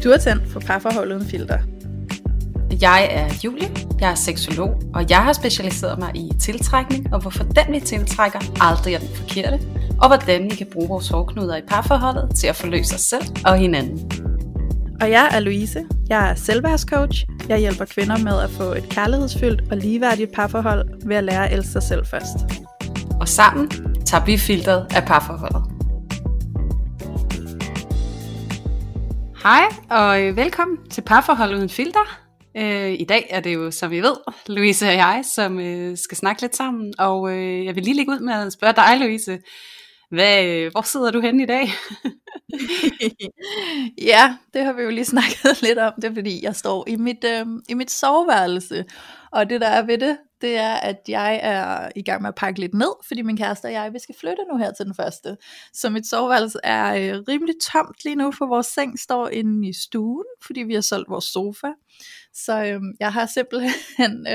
Du er tændt for Parforhold uden filter. Jeg er Julie, jeg er seksolog, og jeg har specialiseret mig i tiltrækning, og hvorfor den vi tiltrækker aldrig er den forkerte, og hvordan vi kan bruge vores hårdknuder i parforholdet til at forløse os selv og hinanden. Og jeg er Louise, jeg er selvværdscoach. Jeg hjælper kvinder med at få et kærlighedsfyldt og ligeværdigt parforhold ved at lære at elske sig selv først. Og sammen tager vi filteret af parforholdet. Hej og velkommen til Parforhold uden filter. I dag er det jo, som I ved, Louise og jeg, som skal snakke lidt sammen. Og jeg vil lige lægge ud med at spørge dig, Louise. Hvor sidder du henne i dag? Ja, det har vi jo lige snakket lidt om. Det er fordi, jeg står i mit soveværelse. Og det der er ved det, det er, at jeg er i gang med at pakke lidt ned, fordi min kæreste og jeg, vi skal flytte nu her til den første. Så mit soveværelse er rimelig tomt lige nu, for vores seng står inde i stuen, fordi vi har solgt vores sofa. Så jeg har simpelthen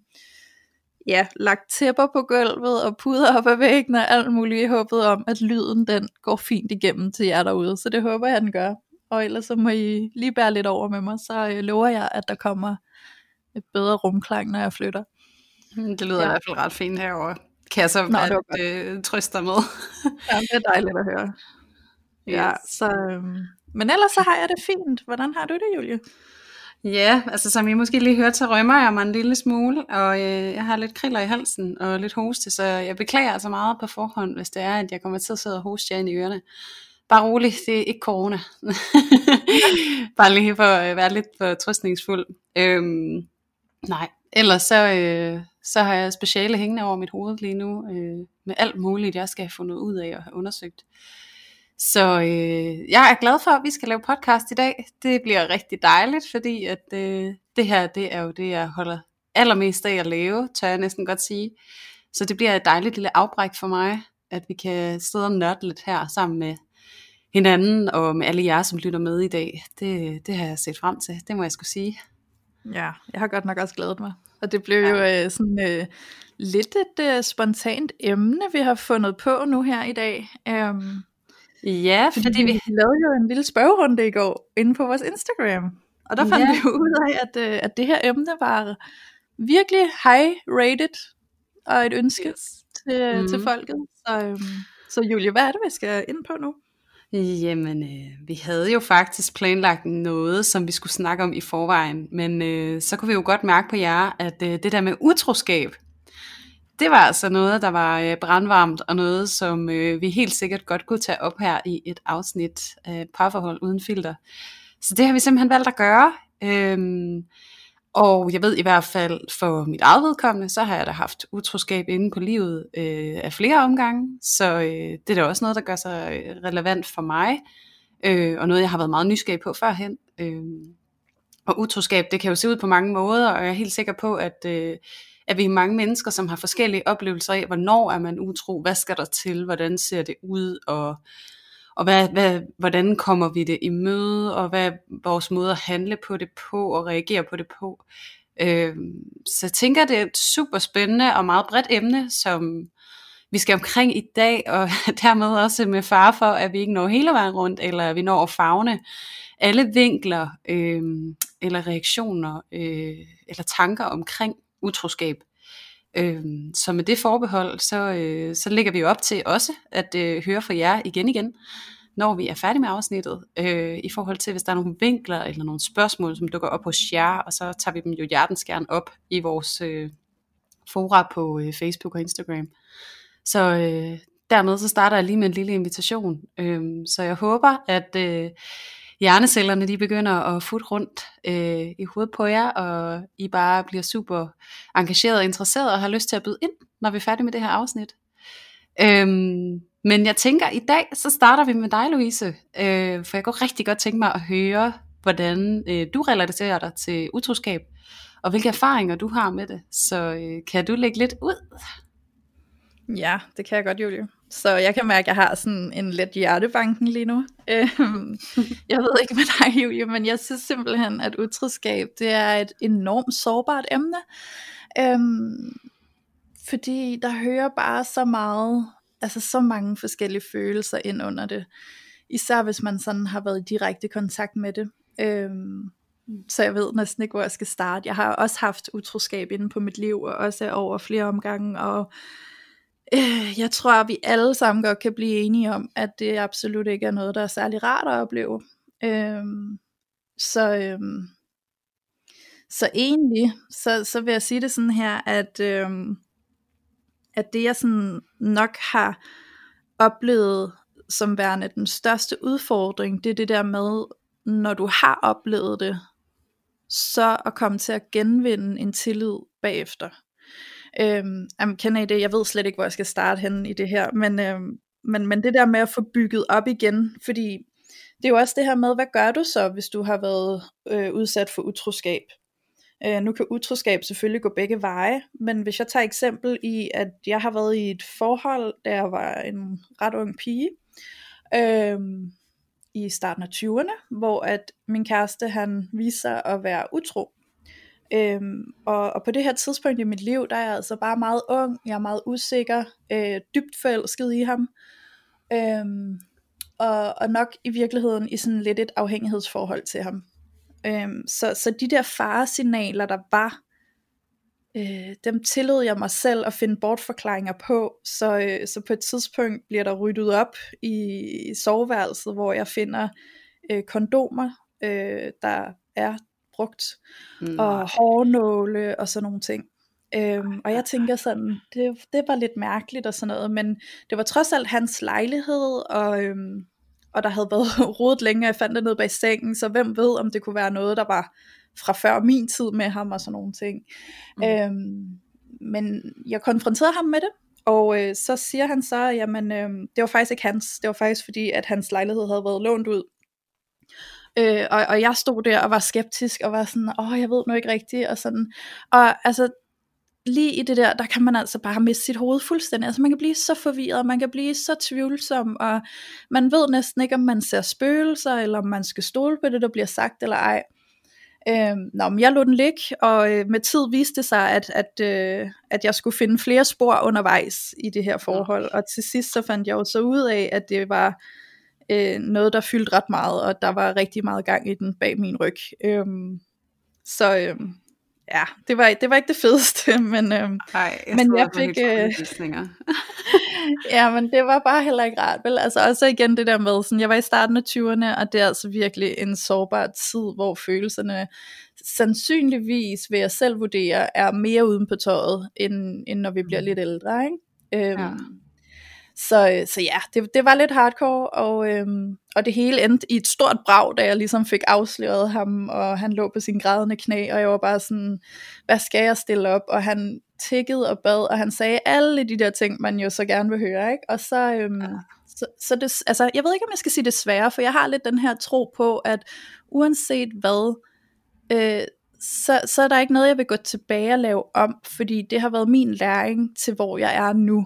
lagt tæpper på gulvet og puder op ad væggen og alt muligt i håbet om, at lyden den går fint igennem til jer derude. Så det håber jeg, den gør. Og ellers så må I lige bære lidt over med mig, så lover jeg, at der kommer et bedre rumklang, når jeg flytter. Det lyder i hvert fald ret fint herovre. Kan jeg så trøste dig med? Ja, det er dejligt at høre. Ja, så, men ellers så har jeg det fint. Hvordan har du det, Julie? Ja, altså som I måske lige hørte, så rømmer jeg mig en lille smule, og jeg har lidt kriller i halsen og lidt hoste, så jeg beklager altså meget på forhånd, hvis det er, at jeg kommer til at sidde og hoste jer ind i ørerne. Bare rolig, det er ikke corona. Bare lige for at være lidt fortrøstningsfuld. Nej, ellers så har jeg speciale hængende over mit hoved lige nu, med alt muligt, jeg skal have fundet ud af og have undersøgt. Så jeg er glad for, at vi skal lave podcast i dag. Det bliver rigtig dejligt, fordi at det her, det er jo det, jeg holder allermest af at lave, tør jeg næsten godt sige. Så det bliver et dejligt lille afbræk for mig, at vi kan sidde og nørde lidt her sammen med hinanden, og med alle jer, som lytter med i dag. Det har jeg set frem til, det må jeg skulle sige. Ja, jeg har godt nok også glædet mig. Og det blev jo sådan lidt et spontant emne, vi har fundet på nu her i dag. Ja, fordi vi lavede jo en lille spørgerunde i går inde på vores Instagram. Og der fandt vi jo ud af, at det her emne var virkelig high rated og et ønske til folket. Så Julie, hvad er det, vi skal ind på nu? Jamen, vi havde jo faktisk planlagt noget, som vi skulle snakke om i forvejen. Men så kunne vi jo godt mærke på jer, at det der med utroskab, det var altså noget, der var brandvarmt, og noget, som vi helt sikkert godt kunne tage op her i et afsnit af Parforhold uden filter. Så det har vi simpelthen valgt at gøre. Og jeg ved i hvert fald for mit eget vedkommende, så har jeg da haft utroskab inde på livet af flere omgange. Så det er da også noget, der gør sig relevant for mig, og noget, jeg har været meget nysgerrig på førhen. Og utroskab, det kan jo se ud på mange måder, og jeg er helt sikker på, at vi er mange mennesker, som har forskellige oplevelser af, hvornår er man utro, hvad skal der til, hvordan ser det ud, og hvordan kommer vi det i møde, og hvad er vores måde at handle på det på, og reagere på det på. Så jeg tænker, det er et super spændende og meget bredt emne, som vi skal omkring i dag, og dermed også med fare for, at vi ikke når hele vejen rundt, eller at vi når at favne alle vinkler, eller reaktioner, eller tanker omkring utroskab. Så med det forbehold, så lægger vi jo op til også at høre fra jer igen, når vi er færdige med afsnittet, i forhold til, hvis der er nogle vinkler eller nogle spørgsmål, som dukker op hos jer, og så tager vi dem jo hjertens gerne op i vores fora på Facebook og Instagram. Så dernede så starter jeg lige med en lille invitation, så jeg håber, at hjernecellerne de begynder at futte rundt i hovedet på jer, og I bare bliver super engageret og interesseret og har lyst til at byde ind, når vi er færdige med det her afsnit. Men jeg tænker, i dag så starter vi med dig, Louise, for jeg kunne rigtig godt tænke mig at høre, hvordan du relaterer dig til utroskab, og hvilke erfaringer du har med det. Så kan du lægge lidt ud? Ja, det kan jeg godt, Julie. Så jeg kan mærke, at jeg har sådan en let hjertebanken lige nu. Jeg ved ikke med dig, Julie, men jeg synes simpelthen, at utroskab, det er et enormt sårbart emne. Fordi der hører bare så meget, altså så mange forskellige følelser ind under det. Især hvis man sådan har været i direkte kontakt med det. Så jeg ved næsten ikke, hvor jeg skal starte. Jeg har også haft utroskab inde på mit liv, og også over flere omgange, og jeg tror, at vi alle sammen godt kan blive enige om, at det absolut ikke er noget, der er særlig rart at opleve. Så egentlig, så vil jeg sige det sådan her, at det jeg sådan nok har oplevet som værende den største udfordring, det er det der med, når du har oplevet det, så at komme til at genvinde en tillid bagefter. Kender I det? Jeg ved slet ikke, hvor jeg skal starte henne i det her, men det der med at få bygget op igen, fordi det er jo også det her med, hvad gør du så, hvis du har været udsat for utroskab? Nu kan utroskab selvfølgelig gå begge veje, men hvis jeg tager eksempel i, at jeg har været i et forhold, da jeg var en ret ung pige, i starten af 20'erne, hvor at min kæreste, han viste sig at være utro. Og på det her tidspunkt i mit liv, der er jeg altså bare meget ung, jeg er meget usikker, dybt forelsket i ham, og nok i virkeligheden i sådan lidt et afhængighedsforhold til ham. Så de der faresignaler, der var, dem tillod jeg mig selv at finde bortforklaringer på, så på et tidspunkt bliver der ryddet op i soveværelset, hvor jeg finder kondomer, der er brugt, og hårnåle og sådan nogle ting. Og jeg tænker sådan, det var lidt mærkeligt og sådan noget, men det var trods alt hans lejlighed, og der havde været rodet længe, og jeg fandt det nede bag sengen, så hvem ved, om det kunne være noget, der var fra før min tid med ham og sådan nogle ting. Men jeg konfronterede ham med det, og så siger han så, jamen det var faktisk ikke hans, det var faktisk fordi, at hans lejlighed havde været lånt ud. Og jeg stod der og var skeptisk, og var sådan, jeg ved nu ikke rigtigt, og sådan, og altså, lige i det der kan man altså bare miste sit hoved fuldstændig, altså man kan blive så forvirret, man kan blive så tvivlsom, og man ved næsten ikke, om man ser spøgelser, eller om man skal stole på det, der bliver sagt, eller ej. Men jeg lod den ligge, og med tid viste det sig, at jeg skulle finde flere spor undervejs i det her forhold, og til sidst så fandt jeg jo så ud af, at det var noget, der fyldte ret meget, og der var rigtig meget gang i den bag min ryg. Ja, det var ikke det fedeste, men jeg fik ja, men det var bare heller ikke rart, vel? Altså også igen det der med, sådan, jeg var i starten af 20'erne, og det er altså virkelig en sårbar tid, hvor følelserne sandsynligvis, vil jeg selv vurdere, er mere uden på tøjet, end når vi bliver lidt ældre, ikke? Så ja, det var lidt hardcore, og det hele endte i et stort brag, da jeg ligesom fik afsløret ham, og han lå på sin grædende knæ, og jeg var bare sådan, hvad skal jeg stille op? Og han tikkede og bad, og han sagde alle de der ting, man jo så gerne vil høre, ikke? Og så det, altså, jeg ved ikke, om jeg skal sige det svære, for jeg har lidt den her tro på, at uanset hvad, så er der ikke noget, jeg vil gå tilbage og lave om, fordi det har været min læring til, hvor jeg er nu.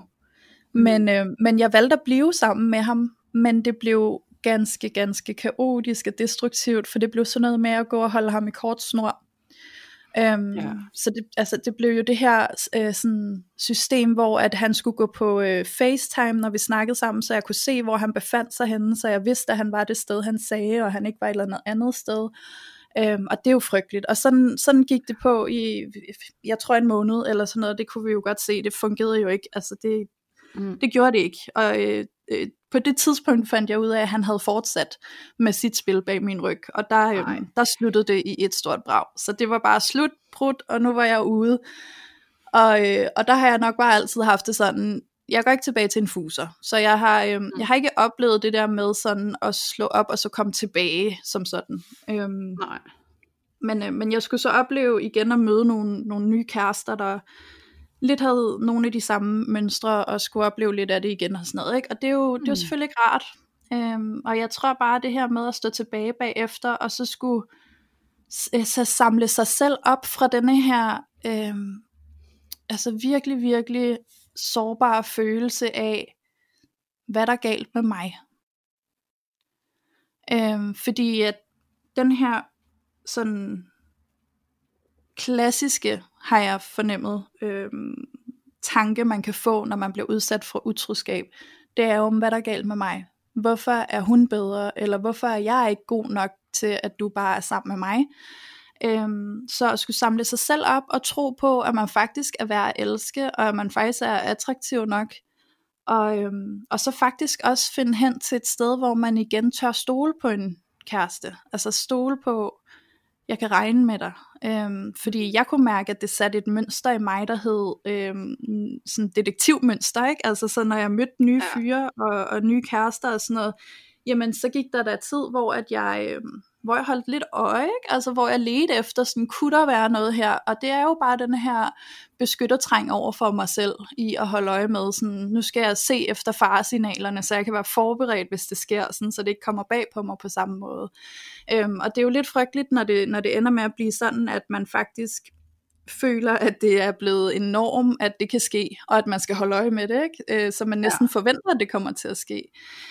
Men jeg valgte at blive sammen med ham, men det blev ganske, ganske kaotisk og destruktivt, for det blev sådan noget med at gå og holde ham i kort snor. Så det blev jo det her sådan system, hvor at han skulle gå på FaceTime, når vi snakkede sammen, så jeg kunne se, hvor han befandt sig henne, så jeg vidste, at han var det sted, han sagde, og han ikke var et eller andet sted. Og det er jo frygteligt. Og sådan gik det på i, jeg tror, en måned eller sådan noget. Det kunne vi jo godt se, det fungerede jo ikke. Altså det gjorde det ikke. Og på det tidspunkt fandt jeg ud af, at han havde fortsat med sit spil bag min ryg. Og der sluttede det i et stort brag. Så det var bare slut, prut, og nu var jeg ude. Og der har jeg nok bare altid haft det sådan, jeg går ikke tilbage til en fuser. Så jeg har ikke oplevet det der med sådan at slå op og så komme tilbage som sådan. Nej. Men jeg skulle så opleve igen at møde nogle nye kærester, der lidt havde nogle af de samme mønstre, og skulle opleve lidt af det igen og sådan noget, ikke? Og det er jo selvfølgelig ikke rart. Og jeg tror bare det her med at stå tilbage bagefter, og så skulle så samle sig selv op fra denne her altså virkelig, virkelig sårbare følelse af, hvad der er galt med mig. Fordi at den her sådan klassiske, har jeg fornemmet, tanke man kan få, når man bliver udsat for utroskab, det er jo, hvad der er galt med mig. Hvorfor er hun bedre, eller hvorfor er jeg ikke god nok til, at du bare er sammen med mig. Så at skulle samle sig selv op og tro på, at man faktisk er værd at elske, og at man faktisk er attraktiv nok. Og så faktisk også finde hen til et sted, hvor man igen tør stole på en kæreste. Altså stole på, jeg kan regne med dig. Fordi jeg kunne mærke, at det satte et mønster i mig, der hed sådan detektivmønster, ikke? Altså så når jeg mødte nye fyre og nye kærester og sådan noget, jamen så gik der tid, hvor jeg holdt lidt øje, ikke? Altså hvor jeg ledte efter, sådan, kunne der være noget her? Og det er jo bare den her beskyttertræng over for mig selv, i at holde øje med, sådan, nu skal jeg se efter faresignalerne, så jeg kan være forberedt, hvis det sker, sådan, så det ikke kommer bag på mig på samme måde. Og det er jo lidt frygteligt, når det ender med at blive sådan, at man faktisk føler, at det er blevet en norm, at det kan ske, og at man skal holde øje med det, ikke? Så man næsten forventer, at det kommer til at ske.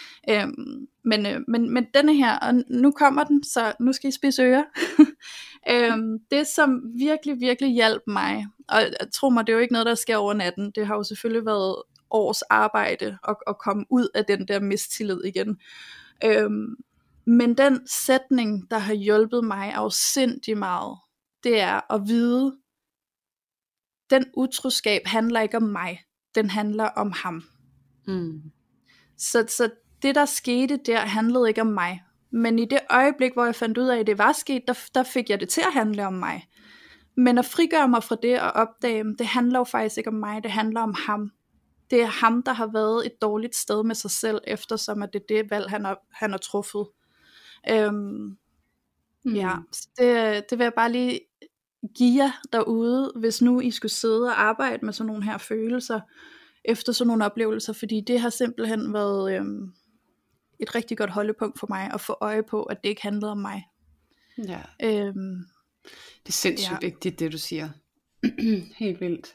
Men denne her, og nu kommer den, så nu skal I spidse ører. Det som virkelig, virkelig hjalp mig, og tro mig, det er jo ikke noget, der sker over natten, det har jo selvfølgelig været års arbejde at komme ud af den der mistillid igen. Men den sætning, der har hjulpet mig afsindig meget, det er at vide, den utroskab handler ikke om mig, den handler om ham. Så det der skete der handlede ikke om mig, men i det øjeblik, hvor jeg fandt ud af, at det var sket, der fik jeg det til at handle om mig. Men at frigøre mig fra det og opdage, det handler jo faktisk ikke om mig, det handler om ham. Det er ham, der har været et dårligt sted med sig selv, eftersom at det er det valg, han har truffet. Ja, det vil jeg bare lige give jer derude, hvis nu I skulle sidde og arbejde med sådan nogle her følelser, efter sådan nogle oplevelser, fordi det har simpelthen været et rigtig godt holdepunkt for mig, at få øje på, at det ikke handlede om mig. Ja. Det er sindssygt vigtigt, det du siger. Helt vildt.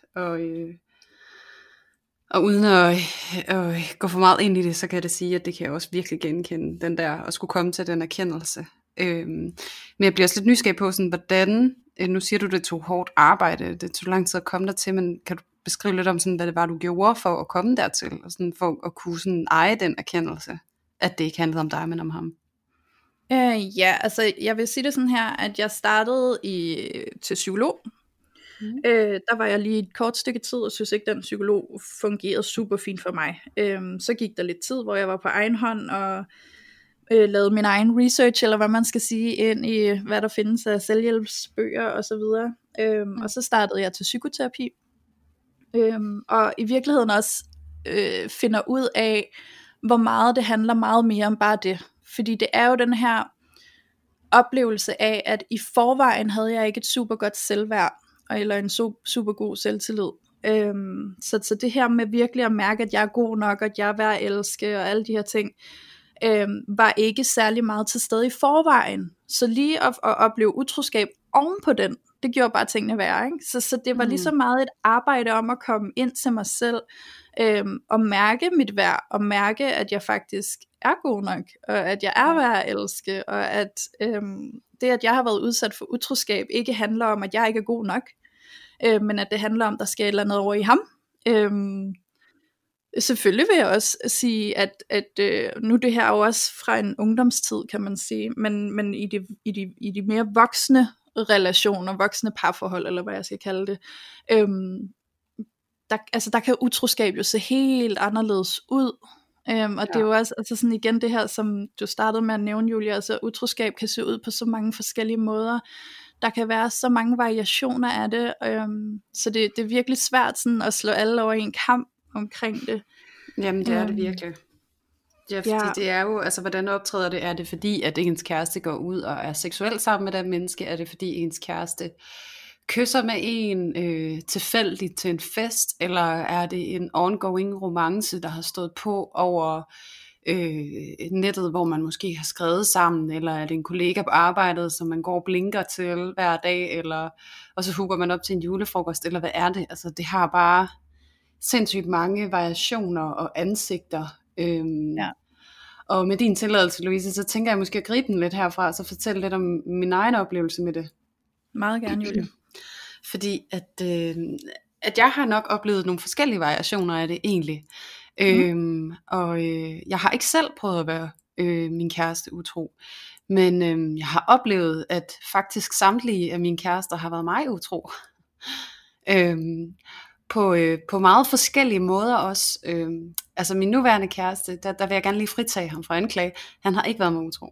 Og uden at gå for meget ind i det, så kan jeg da sige, at det kan jeg også virkelig genkende, den der, at skulle komme til den erkendelse. Men jeg bliver også lidt nysgerrig på, sådan, hvordan, nu siger du, det tog hårdt arbejde, det tog lang tid at komme der til, men kan du beskrive lidt om, sådan, hvad det var, du gjorde for at komme dertil, og sådan, for at kunne sådan, eje den erkendelse, at det ikke handlede om dig, men om ham? Ja, altså jeg vil sige det sådan her, at jeg startede til psykolog. Der var jeg lige et kort stykke tid, og synes ikke, den psykolog fungerede super fint for mig. Så gik der lidt tid, hvor jeg var på egen hånd, og lavede min egen research, eller hvad man skal sige, ind i, hvad der findes af selvhjælpsbøger og så videre. Og så startede jeg til psykoterapi. Og i virkeligheden også finder ud af, hvor meget det handler meget mere om bare det. Fordi det er jo den her oplevelse af, at i forvejen havde jeg ikke et super godt selvværd, eller en super god selvtillid. Så det her med virkelig at mærke, at jeg er god nok, at jeg er værd at elske, og alle de her ting, var ikke særlig meget til stede i forvejen. Så lige at opleve utroskab oven på den, det gjorde bare tingene værre, ikke? Så det var lige så meget et arbejde om at komme ind til mig selv, og mærke mit værd, og mærke, at jeg faktisk er god nok, og at jeg er værd at elske, og at det, at jeg har været udsat for utroskab, ikke handler om, at jeg ikke er god nok, men at det handler om, at der skal et eller andet over i ham. Selvfølgelig vil jeg også sige, at nu det her er jo også fra en ungdomstid, kan man sige, men i de mere voksne relationer, voksne parforhold, eller hvad jeg skal kalde det, der kan utroskab jo se helt anderledes ud. Og det er jo også altså sådan igen det her, som du startede med at nævne, Julia, altså utroskab kan se ud på så mange forskellige måder. Der kan være så mange variationer af det, så det er virkelig svært sådan at slå alle over en kamp omkring det. Jamen det er det virkelig. Ja, fordi det er jo, altså hvordan optræder det? Er det fordi, at ens kæreste går ud og er seksuelt sammen med den menneske? Er det fordi ens kæreste kysser med en tilfældigt til en fest? Eller er det en ongoing romance, der har stået på over nettet, hvor man måske har skrevet sammen? Eller er det en kollega på arbejdet, som man går og blinker til hver dag? Eller, og så hugger man op til en julefrokost? Eller hvad er det? Altså det har bare sindssygt mange variationer og ansigter. Og med din tilladelse, Louise, så tænker jeg måske at gribe den lidt herfra, så fortælle lidt om min egen oplevelse med det. Meget gerne, Julie. Fordi at jeg har nok oplevet nogle forskellige variationer af det egentlig. Og jeg har ikke selv prøvet at være min kæreste utro. Men jeg har oplevet, at faktisk samtlige af mine kærester har været mig utro. På meget forskellige måder også. Altså min nuværende kæreste, der vil jeg gerne lige fritage ham fra anklage. Han har ikke været mig utro.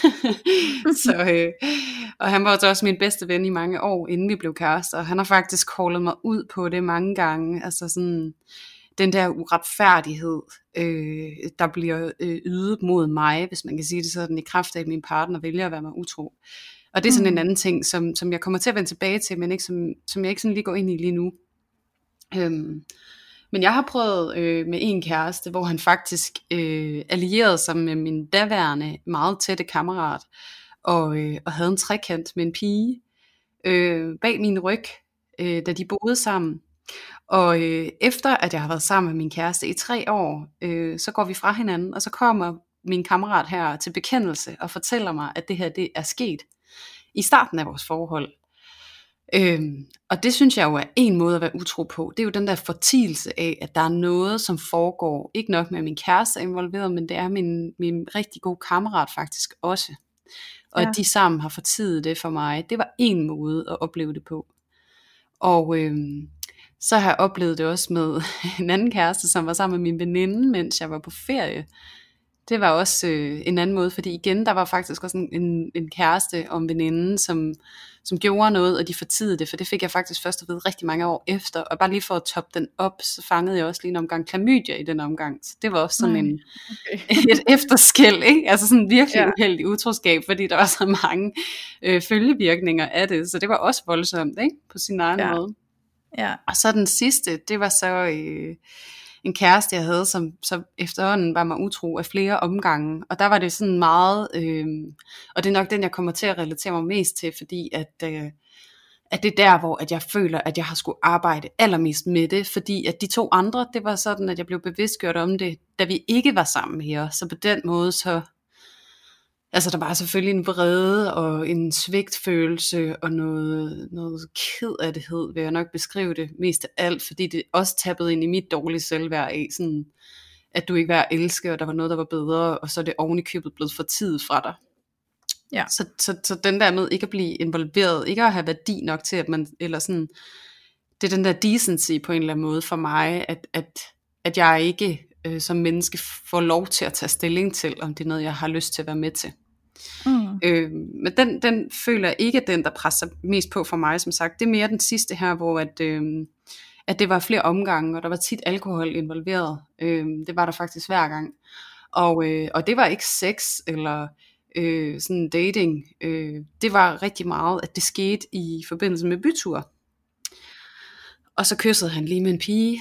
Og han var også min bedste ven i mange år, inden vi blev kærester. Og han har faktisk callet mig ud på det mange gange. Altså sådan den der uretfærdighed, der bliver ydet mod mig, hvis man kan sige det sådan, i kraft af, at min partner vælger at være mig utro. Og det er sådan en anden ting, som jeg kommer til at vende tilbage til, men ikke, som jeg ikke sådan lige går ind i lige nu. Men jeg har prøvet med en kæreste, hvor han faktisk allierede sig med min daværende meget tætte kammerat, og havde en trekant med en pige bag min ryg, da de boede sammen. Og efter at jeg har været sammen med min kæreste i 3 år, så går vi fra hinanden, og så kommer min kammerat her til bekendelse og fortæller mig, at det her det er sket i starten af vores forhold. Og det synes jeg jo er en måde at være utro på. Det er jo den der fortielse af, at der er noget, som foregår, ikke nok med min kæreste involveret, men det er min rigtig gode kammerat faktisk også. Og at de sammen har fortidet det for mig, det var en måde at opleve det på. Og så har jeg oplevet det også med en anden kæreste, som var sammen med min veninde, mens jeg var på ferie. Det var også en anden måde, fordi igen, der var faktisk også en kæreste og en veninde, som gjorde noget, og de fortidede det, for det fik jeg faktisk først at vide rigtig mange år efter, og bare lige for at toppe den op, så fangede jeg også lige en omgang klamydia i den omgang, så det var også sådan et efterskæld, ikke? Altså sådan virkelig uheldig utroskab, fordi der var så mange følgevirkninger af det, så det var også voldsomt, ikke? På sin egen måde. Ja. Og så den sidste, det var så en kæreste jeg havde, som efterhånden var mig utro af flere omgange, og der var det sådan meget, og det er nok den jeg kommer til at relatere mig mest til, fordi at det er der hvor at jeg føler at jeg har skulle arbejde allermest med det, fordi at de 2 andre, det var sådan at jeg blev bevidstgjort om det, da vi ikke var sammen mere, så på den måde så, altså der var selvfølgelig en vrede og en svigtfølelse og noget kedelighed, vil jeg nok beskrive det mest af alt, fordi det også tappede ind i mit dårlige selvværd af, sådan, at du ikke var at elske, og der var noget, der var bedre, og så er det oven i købet blevet fortidet fra dig. Ja. Så den der med ikke at blive involveret, ikke at have værdi nok til, at man, eller sådan, det er den der decency på en eller anden måde for mig, at jeg ikke som menneske får lov til at tage stilling til, om det er noget, jeg har lyst til at være med til. Men den føler jeg ikke, at den, der presser mest på for mig, som sagt. Det er mere den sidste her, hvor at det var flere omgange, og der var tit alkohol involveret. Det var der faktisk hver gang. Og det var ikke sex, eller sådan dating. Det var rigtig meget, at det skete i forbindelse med bytur. Og så kyssede han lige med en pige.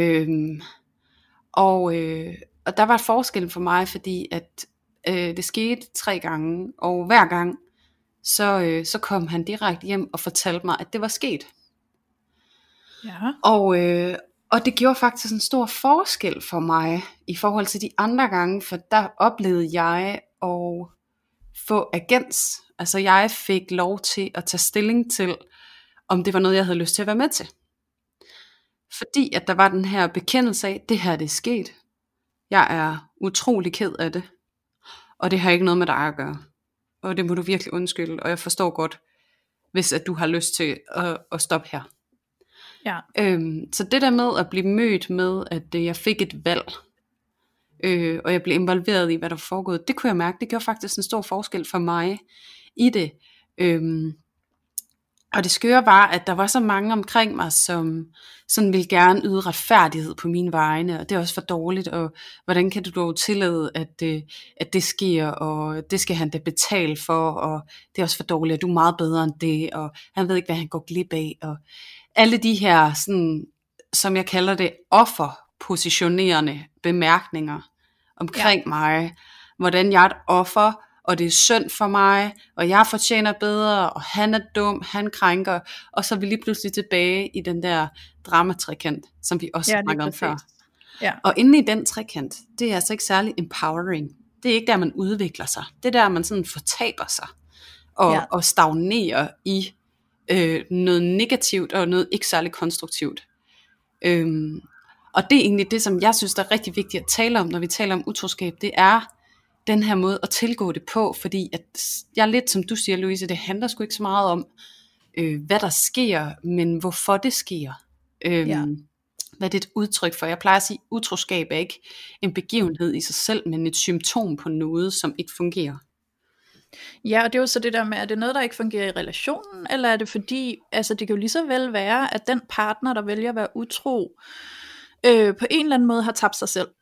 Og der var forskel for mig, fordi at det skete 3 gange, og hver gang så kom han direkte hjem og fortalte mig, at det var sket. Ja. Og det gjorde faktisk en stor forskel for mig i forhold til de andre gange, for der oplevede jeg at få agens. Altså jeg fik lov til at tage stilling til, om det var noget, jeg havde lyst til at være med til. Fordi at der var den her bekendelse af, det her det er sket. Jeg er utrolig ked af det. Og det har ikke noget med dig at gøre. Og det må du virkelig undskylde. Og jeg forstår godt, hvis at du har lyst til at stoppe her. Ja. Så det der med at blive mødt med, at jeg fik et valg, og jeg blev involveret i, hvad der var foregået, det kunne jeg mærke, det gjorde faktisk en stor forskel for mig i det. Og det skøre var, at der var så mange omkring mig, som sådan ville gerne yde retfærdighed på mine vegne, og det er også for dårligt, og hvordan kan du dog tillade, at det sker, og det skal han da betale for, og det er også for dårligt, og du er meget bedre end det, og han ved ikke, hvad han går glip af, og alle de her, sådan, som jeg kalder det, offerpositionerende bemærkninger omkring mig, hvordan jeg er et offer, og det er synd for mig, og jeg fortjener bedre, og han er dum, han krænker, og så er vi lige pludselig tilbage i den der dramatrikant, som vi også snakkede om før. Ja. Og inde i den trekant, det er altså ikke særlig empowering. Det er ikke der, man udvikler sig. Det er der, man sådan fortaber sig, og stagnerer i noget negativt, og noget ikke særlig konstruktivt. Og det er egentlig det, som jeg synes, der er rigtig vigtigt at tale om, når vi taler om utroskab, det er, den her måde at tilgå det på, fordi at jeg er lidt, som du siger, Louise, det handler sgu ikke så meget om, hvad der sker, men hvorfor det sker. Ja. Hvad det er et udtryk for. Jeg plejer at sige, utroskab er ikke en begivenhed i sig selv, men et symptom på noget, som ikke fungerer. Ja, og det er jo så det der med, er det noget, der ikke fungerer i relationen, eller er det fordi, altså det kan jo lige så vel være, at den partner, der vælger at være utro, på en eller anden måde har tabt sig selv.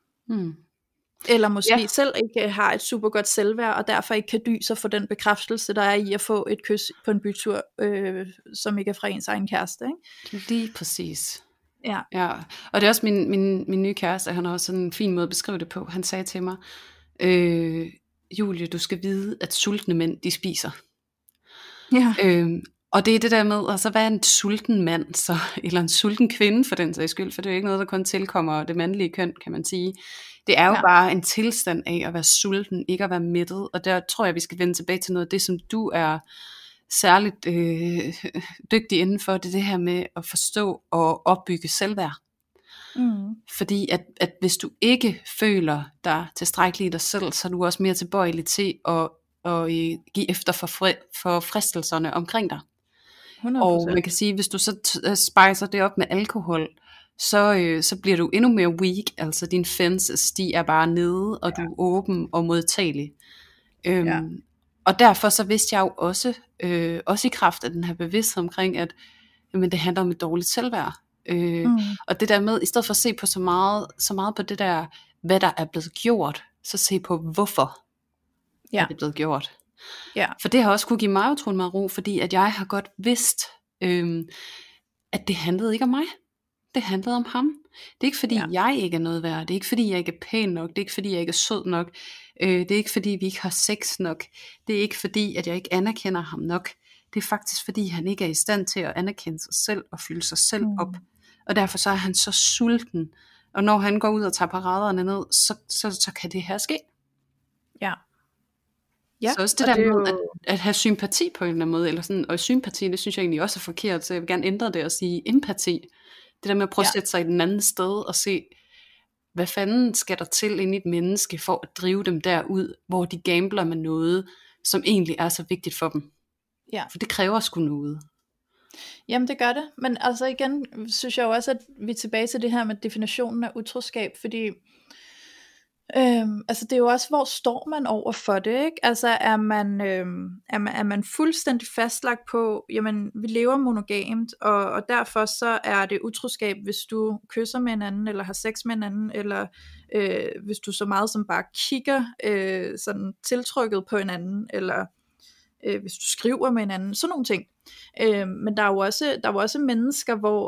Eller måske selv ikke har et super godt selvværd, og derfor ikke kan dy sig for den bekræftelse, der er i at få et kys på en bytur, som ikke er fra ens egen kæreste. Ikke? Lige præcis. Ja. Og det er også min nye kæreste, han har også sådan en fin måde at beskrive det på. Han sagde til mig, Julie, du skal vide, at sultne mænd, de spiser. Ja. Og det er det der med, altså hvad er en sulten mand så, eller en sulten kvinde for den sags skyld, for det er jo ikke noget, der kun tilkommer det mandlige køn, kan man sige. Det er jo bare en tilstand af at være sulten, ikke at være mættet, og der tror jeg, vi skal vende tilbage til noget af det, som du er særligt dygtig indenfor, det her med at forstå og opbygge selvværd. Fordi at hvis du ikke føler dig tilstrækkelig i dig selv, så er du også mere tilbøjelig til at give efter for fristelserne omkring dig. 100%. Og man kan sige, hvis du så spicer det op med alkohol, så bliver du endnu mere weak, altså dine fences, de er bare nede, og du er åben og modtagelig. Og derfor så vidste jeg jo også i kraft af den her bevidsthed omkring, at jamen, det handler om et dårligt selvværd. Og det der med, i stedet for at se på så meget på det der, hvad der er blevet gjort, så se på hvorfor er det blevet gjort. For det har også kunne give mig utrolig meget ro, fordi at jeg har godt vidst, at det handlede ikke om mig. Det handlede om ham. Det er ikke fordi jeg ikke er noget værd. Det er ikke fordi jeg ikke er pæn nok. Det er ikke fordi jeg ikke er sød nok. Det er ikke fordi vi ikke har sex nok. Det er ikke fordi at jeg ikke anerkender ham nok. Det er faktisk fordi han ikke er i stand til at anerkende sig selv og fylde sig selv op. Og derfor så er han så sulten. Og når han går ud og tager paraderne ned, så kan det her ske. Så også det der med at have sympati på en eller anden måde, eller sådan, og sympati, det synes jeg egentlig også er forkert, så jeg vil gerne ændre det og sige empati. Det der med at prøve at sætte sig i den anden sted og se, hvad fanden skal der til ind i et menneske for at drive dem derud, hvor de gambler med noget, som egentlig er så vigtigt for dem. For det kræver sgu noget. Jamen det gør det, men altså igen synes jeg jo også, at vi er tilbage til det her med definitionen af utroskab, fordi altså det er jo også, hvor står man over for det, ikke? Altså er man fuldstændig fastlagt på, jamen vi lever monogamt, og derfor så er det utroskab, hvis du kysser med en anden, eller har sex med en anden, eller hvis du så meget som bare kigger sådan tiltrykket på en anden, eller hvis du skriver med en anden, sådan nogle ting. Men der er jo også mennesker, hvor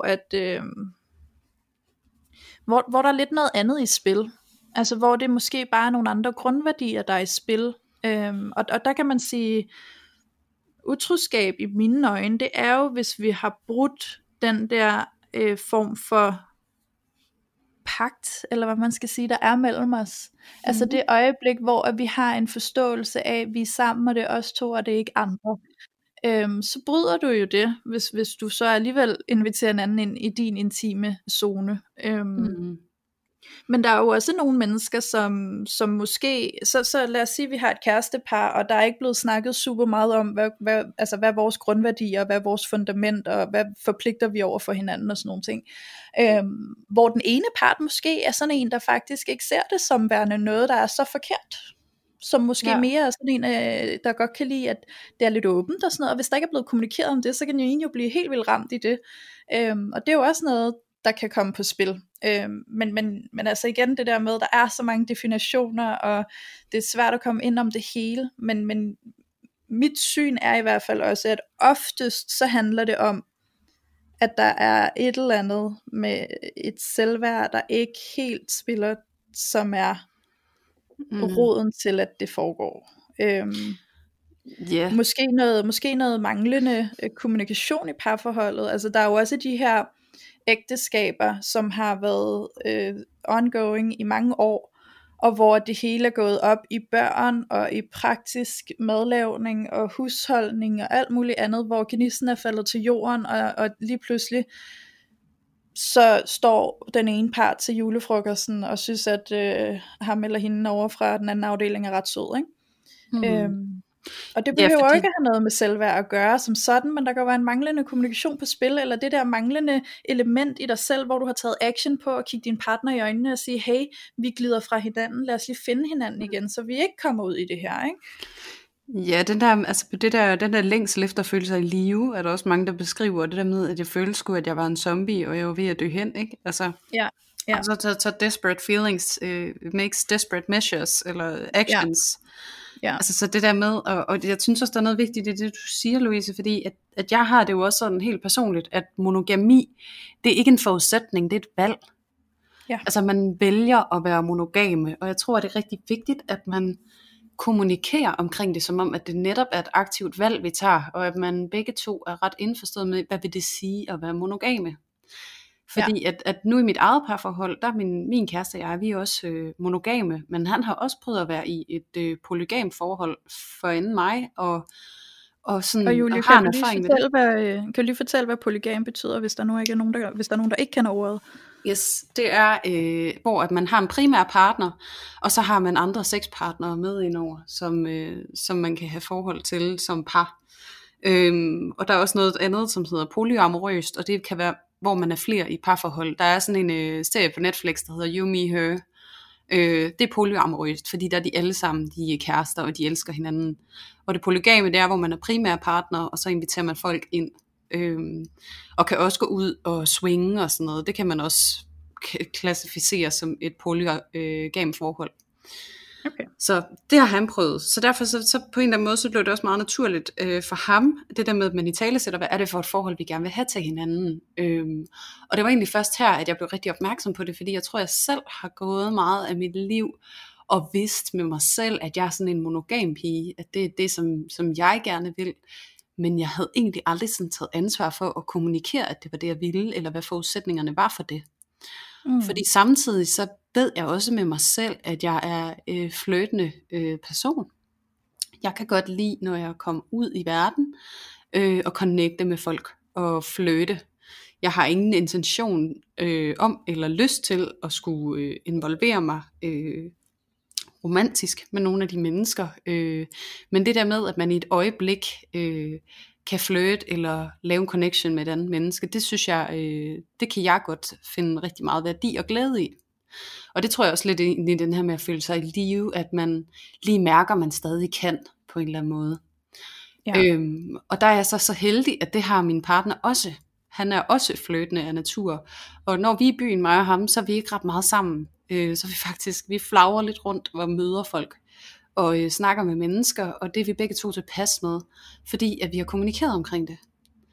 der er lidt noget andet i spil. Altså hvor det måske bare er nogle andre grundværdier, der er i spil. Og der kan man sige, utroskab i mine øjne, det er jo, hvis vi har brudt den der form for pagt, eller hvad man skal sige, der er mellem os. Altså det øjeblik, hvor at vi har en forståelse af, at vi er sammen, og det er os to, og det er ikke andre. Så bryder du jo det, hvis du så alligevel inviterer en anden ind i din intime zone. Men der er jo også nogle mennesker, som måske, så lad os sige, at vi har et kærestepar, og der er ikke blevet snakket super meget om, hvad er vores grundværdier, hvad er vores fundament, og hvad forpligter vi over for hinanden, og sådan nogle ting. Hvor den ene part måske er sådan en, der faktisk ikke ser det som værende noget, der er så forkert, som måske mere er sådan en, der godt kan lide, at det er lidt åbent og sådan noget, og hvis der ikke er blevet kommunikeret om det, så kan jo blive helt vildt ramt i det. Og det er jo også noget, der kan komme på spil. Men altså igen det der med, der er så mange definitioner, og det er svært at komme ind om det hele, men mit syn er i hvert fald også, at oftest så handler det om, at der er et eller andet med et selvværd, der ikke helt spiller, som er roden til, at det foregår. Måske noget manglende kommunikation i parforholdet. Altså der er jo også de her ægteskaber, som har været ongoing i mange år, og hvor det hele er gået op i børn, og i praktisk madlavning, og husholdning, og alt muligt andet, hvor gnisten er faldet til jorden, og lige pludselig, så står den ene part til julefrokosten og synes, at ham eller hende over fra den anden afdeling er ret sød, ikke? Og det behøver jo ikke at have noget med selvværd at gøre som sådan, men der kan være en manglende kommunikation på spil, eller det der manglende element i dig selv, hvor du har taget action på at kigge din partner i øjnene og sige, hey, vi glider fra hinanden, lad os lige finde hinanden igen, så vi ikke kommer ud i det her, ikke? Ja, den der længsel efter at føle sig i live, er der også mange, der beskriver, det der med, at jeg følte sgu, at jeg var en zombie, og jeg var ved at dø hen, ikke? Altså, ja. Og så desperate feelings makes desperate measures, eller actions. Ja. Altså, så det der med, og jeg synes også, der er noget vigtigt i det, du siger, Louise, fordi at jeg har det jo også sådan helt personligt, at monogami, det er ikke en forudsætning, det er et valg. Ja. Altså, man vælger at være monogame, og jeg tror, at det er rigtig vigtigt, at man kommunikerer omkring det, som om, at det netop er et aktivt valg, vi tager, og at man begge to er ret indforstået med, hvad vil det sige at være monogame. Fordi at nu i mit eget parforhold, der er min kæreste og jeg, vi er også monogame, men han har også prøvet at være i et polygam forhold for inden mig, og sådan, og Julie, og har en erfaring med det. Kan du lige fortælle, hvad polygam betyder, hvis der nu ikke er nogen, hvis der er nogen, der ikke kender ordet? Yes, det er, hvor at man har en primær partner, og så har man andre sexpartnere med indover, som man kan have forhold til som par. Og der er også noget andet, som hedder polyamorøst, og det kan være, hvor man er flere i parforhold. Der er sådan en serie på Netflix, der hedder You, Me, Her. Det er polyamorøst, fordi der er de alle sammen, de er kærester, og de elsker hinanden. Og det polygame, det er, hvor man er primære partner, og så inviterer man folk ind. Og kan også gå ud og swinge og sådan noget. Det kan man også klassificere som et polygam forhold. Okay. Så det har han prøvet. Så derfor så på en eller anden måde, så blev det også meget naturligt for ham, det der med, at man i tale sætter, hvad er det for et forhold, vi gerne vil have til hinanden. Og det var egentlig først her, at jeg blev rigtig opmærksom på det, fordi jeg tror, jeg selv har gået meget af mit liv og vidst med mig selv, at jeg er sådan en monogam pige, at det er det, som jeg gerne vil. Men jeg havde egentlig aldrig sådan taget ansvar for at kommunikere, at det var det, jeg ville, eller hvad forudsætningerne var for det. Fordi samtidig så ved jeg også med mig selv, at jeg er flirtende person. Jeg kan godt lide, når jeg kommer ud i verden og connecte med folk og flirte. Jeg har ingen intention om eller lyst til at skulle involvere mig romantisk med nogle af de mennesker. Men det der med, at man i et øjeblik kan flirte eller lave en connection med et andet menneske, det synes jeg, det kan jeg godt finde rigtig meget værdi og glæde i. Og det tror jeg også lidt i den her med at føle sig i live, at man lige mærker, at man stadig kan på en eller anden måde. Ja. Og der er jeg så heldig, at det har min partner også. Han er også flirtende af natur. Og når vi er i byen, mig og ham, så er vi ikke ret meget sammen. Så vi flagrer lidt rundt og møder folk. Og snakker med mennesker, og det er vi begge to tilpas med, fordi at vi har kommunikeret omkring det.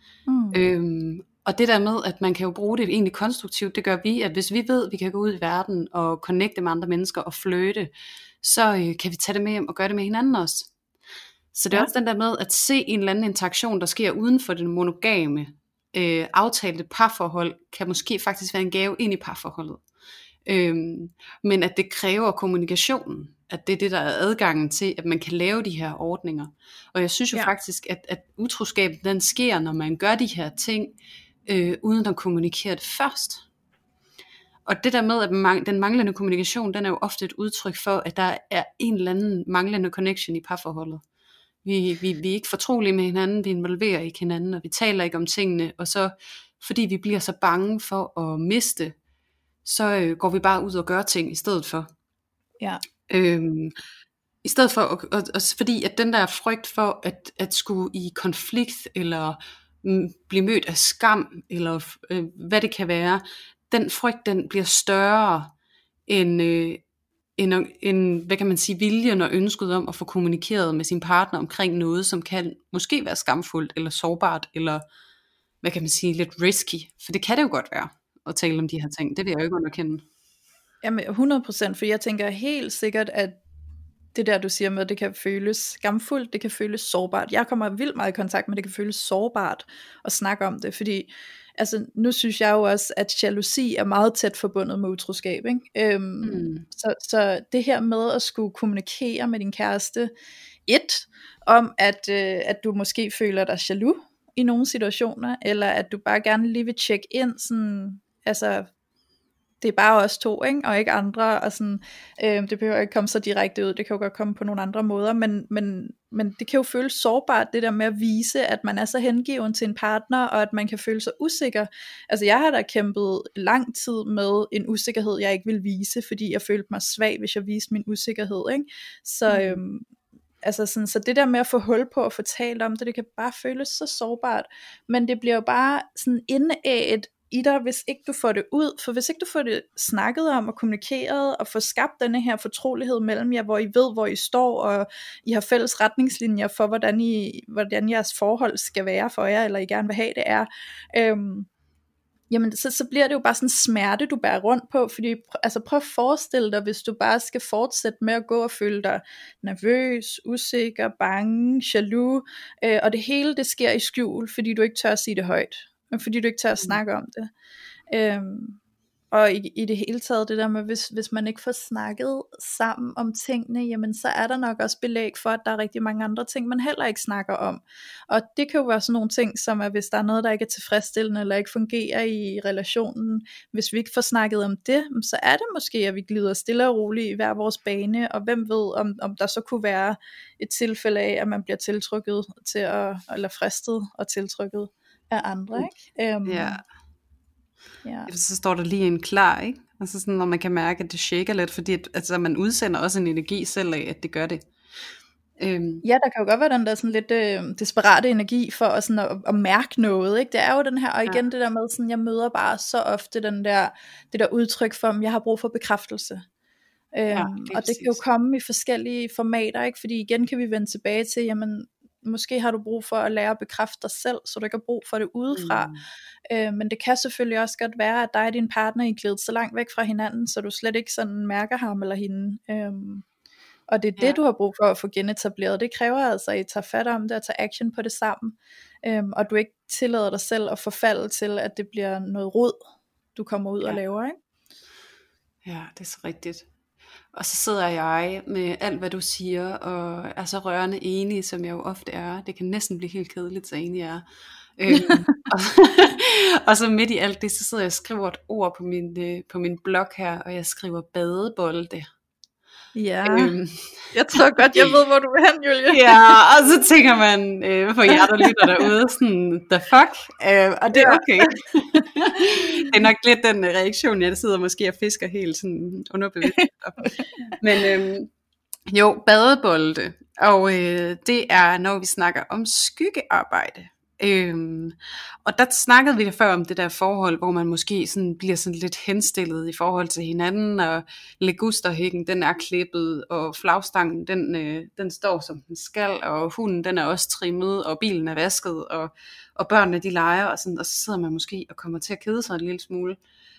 Og det der med, at man kan jo bruge det egentlig konstruktivt, det gør vi, at hvis vi ved, at vi kan gå ud i verden og connecte med andre mennesker og flirte, så kan vi tage det med hjem og gøre det med hinanden også. Så det er også den der med at se en eller anden interaktion, der sker uden for den monogame aftalte parforhold, kan måske faktisk være en gave ind i parforholdet. Men at det kræver kommunikationen, at det er det, der er adgangen til, at man kan lave de her ordninger. Og jeg synes jo faktisk, at utroskaben, den sker, når man gør de her ting, uden at kommunikere det først. Og det der med, at den manglende kommunikation, den er jo ofte et udtryk for, at der er en eller anden manglende connection i parforholdet. Vi er ikke fortrolige med hinanden, vi involverer ikke hinanden, og vi taler ikke om tingene, og så, fordi vi bliver så bange for at miste, så går vi bare ud og gør ting i stedet for. Ja. I stedet for, fordi at den der frygt for, at skulle i konflikt, eller blive mødt af skam, eller hvad det kan være, den frygt, den bliver større end hvad kan man sige, viljen og ønsket om at få kommunikeret med sin partner omkring noget, som kan måske være skamfuldt, eller sårbart, eller hvad kan man sige, lidt risky. For det kan det jo godt være, at tale om de her ting. Det vil jeg jo ikke underkende. Jamen 100%, for jeg tænker helt sikkert, at det der du siger med, at det kan føles skamfuldt, det kan føles sårbart. Jeg kommer vildt meget i kontakt med, det kan føles sårbart at snakke om det, fordi altså, nu synes jeg jo også, at jalousi er meget tæt forbundet med utroskab, ikke? Så det her med at skulle kommunikere med din kæreste, om at du måske føler dig jaloux i nogle situationer, eller at du bare gerne lige vil tjekke ind, sådan, altså det er bare os to, ikke? Og ikke andre, og sådan, det behøver ikke komme så direkte ud, det kan jo godt komme på nogle andre måder, men det kan jo føles sårbart, det der med at vise, at man er så hengiven til en partner, og at man kan føle sig usikker. Altså jeg har da kæmpet lang tid med en usikkerhed, jeg ikke ville vise, fordi jeg følte mig svag, hvis jeg viste min usikkerhed, ikke? Så altså sådan, så det der med at få hul på og få talt om det, det kan bare føles så sårbart, men det bliver jo bare sådan indæget i dig, hvis ikke du får det ud, for hvis ikke du får det snakket om og kommunikeret, og får skabt denne her fortrolighed mellem jer, hvor I ved, hvor I står, og I har fælles retningslinjer for, hvordan jeres forhold skal være for jer, eller I gerne vil have det er, jamen så bliver det jo bare sådan en smerte, du bærer rundt på, fordi altså prøv at forestille dig, hvis du bare skal fortsætte med at gå og føle dig nervøs, usikker, bange, jaloux, og det hele det sker i skjul, fordi du ikke tør at sige det højt, fordi du ikke tør at snakke om det. Og i det hele taget det der med, hvis man ikke får snakket sammen om tingene, jamen så er der nok også belæg for, at der er rigtig mange andre ting, man heller ikke snakker om. Og det kan jo være sådan nogle ting, som at hvis der er noget, der ikke er tilfredsstillende, eller ikke fungerer i relationen, hvis vi ikke får snakket om det, så er det måske, at vi glider stille og roligt i hver vores bane, og hvem ved, om der så kunne være et tilfælde af, at man bliver tiltrykket til eller fristet og tiltrykket af andre, ikke? Ja. Så står der lige en klar, ikke? Altså sådan, når man kan mærke, at det shaker lidt, fordi altså, man udsender også en energi selv af, at det gør det. Ja, der kan jo godt være den der sådan lidt desperate energi for at mærke noget, ikke? Det er jo den her, og igen det der med sådan, jeg møder bare så ofte det der udtryk for, at jeg har brug for bekræftelse. Og det kan jo komme i forskellige formater, ikke? Fordi igen kan vi vende tilbage til, jamen måske har du brug for at lære at bekræfte dig selv, så du ikke har brug for det udefra. Men det kan selvfølgelig også godt være, at dig og din partner er glædet så langt væk fra hinanden, så du slet ikke sådan mærker ham eller hende. Og det er det, du har brug for at få genetableret. Det kræver altså, at I tager fat om det og tager action på det sammen. Og du ikke tillader dig selv at forfalde til, at det bliver noget rod, du kommer ud og laver, ikke? Ja, det er så rigtigt. Og så sidder jeg med alt, hvad du siger, og er så rørende enig, som jeg jo ofte er. Det kan næsten blive helt kedeligt, så enig jeg er. Og så midt i alt det, så sidder jeg og skriver et ord på min blog her, og jeg skriver badebolde. Ja, jeg tror godt, jeg ved, hvor du er hen, Julie. Ja, og så tænker man på jer, der lytter derude, sådan, the fuck? Og det er okay. Det er nok lidt den reaktion, jeg sidder måske og fisker helt sådan underbevidst. Men jo, badebolde. Og det er, når vi snakker om skyggearbejde. Og der snakkede vi før om det der forhold, hvor man måske sådan bliver sådan lidt henstillet i forhold til hinanden, og legusterhækken den er klippet, og flagstangen den står som den skal, og hunden den er også trimmet, og bilen er vasket, og børnene de leger, og sådan, og så sidder man måske og kommer til at kede sig en lille smule.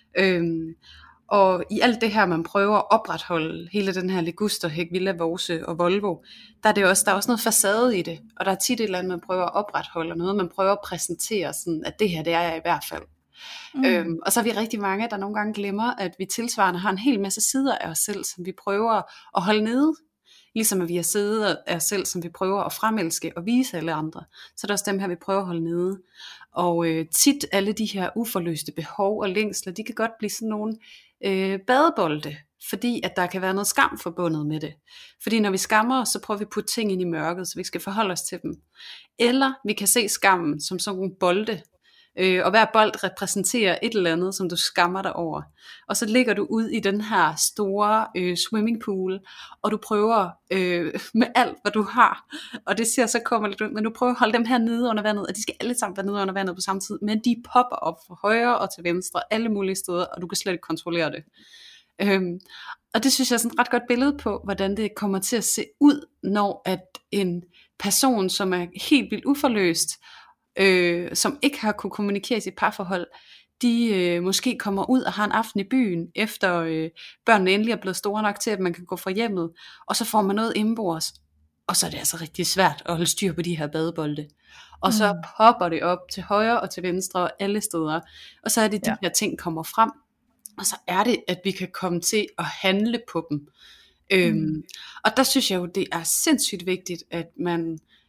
Og i alt det her, man prøver at opretholde hele den her ligusterhæk, Villa Vorse og Volvo, der er også noget facade i det, og der er tit et eller andet, man prøver at opretholde, og noget, man prøver at præsentere, sådan, at det her, det er jeg i hvert fald. Og så er vi rigtig mange, der nogle gange glemmer, at vi tilsvarende har en hel masse sider af os selv, som vi prøver at holde nede, ligesom at vi har sider af os selv, som vi prøver at fremelske og vise alle andre. Så er der også dem her, vi prøver at holde nede. Og tit alle de her uforløste behov og længsler, de kan godt blive sådan nogle badebolde, fordi at der kan være noget skam forbundet med det. Fordi når vi skammer os, så prøver vi at putte ting ind i mørket, så vi ikke skal forholde os til dem. Eller vi kan se skammen som sådan nogle bolde, og hver bold repræsenterer et eller andet, som du skammer dig over. Og så ligger du ud i den her store swimmingpool, og du prøver med alt, hvad du har. Og det ser så kommerligt ud, men du prøver at holde dem her nede under vandet, og de skal alle sammen være nede under vandet på samme tid, men de popper op fra højre og til venstre, alle mulige steder, og du kan slet ikke kontrollere det. Og det synes jeg er sådan et ret godt billede på, hvordan det kommer til at se ud, når at en person, som er helt vildt uforløst, som ikke har kunne kommunikere i sit parforhold, de måske kommer ud og har en aften i byen, efter børnene endelig er blevet store nok til, at man kan gå fra hjemmet, og så får man noget indenbords, og så er det altså rigtig svært at holde styr på de her badebolde. Og så popper det op til højre og til venstre og alle steder, og så er det de her ting kommer frem, og så er det, at vi kan komme til at handle på dem. Og der synes jeg jo, det er sindssygt vigtigt, at man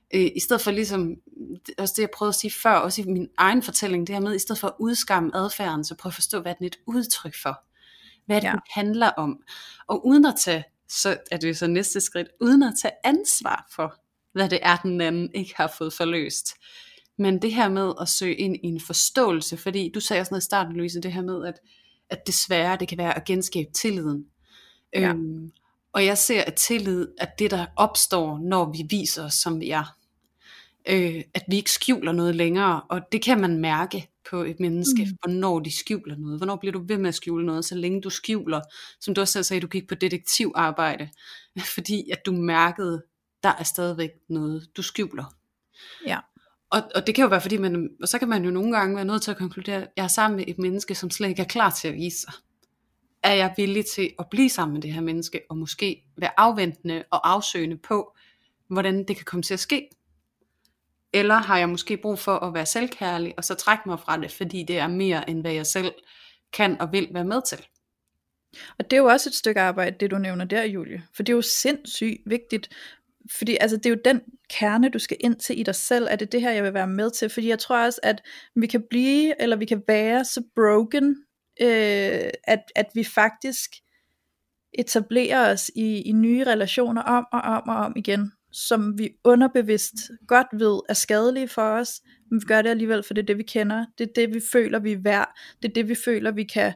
I stedet for ligesom, også det jeg prøvede at sige før, også i min egen fortælling, det her med, i stedet for at udskamme adfærden, så prøv at forstå, hvad den er et udtryk for. Hvad det handler om. Og uden at tage, så er det jo så næste skridt, uden at tage ansvar for, hvad det er, den anden ikke har fået forløst. Men det her med at søge ind i en forståelse, fordi du sagde også noget i starten, Louise, det her med, at desværre, det kan være at genskabe tilliden. Ja. Og jeg ser, at tillid er det, der opstår, når vi viser os, som vi er. At vi ikke skjuler noget længere, og det kan man mærke på et menneske, hvornår de skjuler noget. Hvornår bliver du ved med at skjule noget, så længe du skjuler, som du også selv sagde, du gik på detektivarbejde, fordi at du mærkede, der er stadigvæk noget, du skjuler. Ja. Og det kan jo være, fordi og så kan man jo nogle gange være nødt til at konkludere, at jeg er sammen med et menneske, som slet ikke er klar til at vise sig. Er jeg villig til at blive sammen med det her menneske, og måske være afventende og afsøgende på, hvordan det kan komme til at ske? Eller har jeg måske brug for at være selvkærlig, og så trække mig fra det, fordi det er mere, end hvad jeg selv kan og vil være med til. Og det er jo også et stykke arbejde, det du nævner der, Julie. For det er jo sindssygt vigtigt. Fordi altså, det er jo den kerne, du skal ind til i dig selv. Er det det her, jeg vil være med til? Fordi jeg tror også, at vi kan blive, eller vi kan være så broken, at vi faktisk etablerer os i nye relationer om igen, som vi underbevidst godt ved er skadelige for os, men vi gør det alligevel, for det er det vi kender, det er det vi føler vi er værd, det er det vi føler vi kan,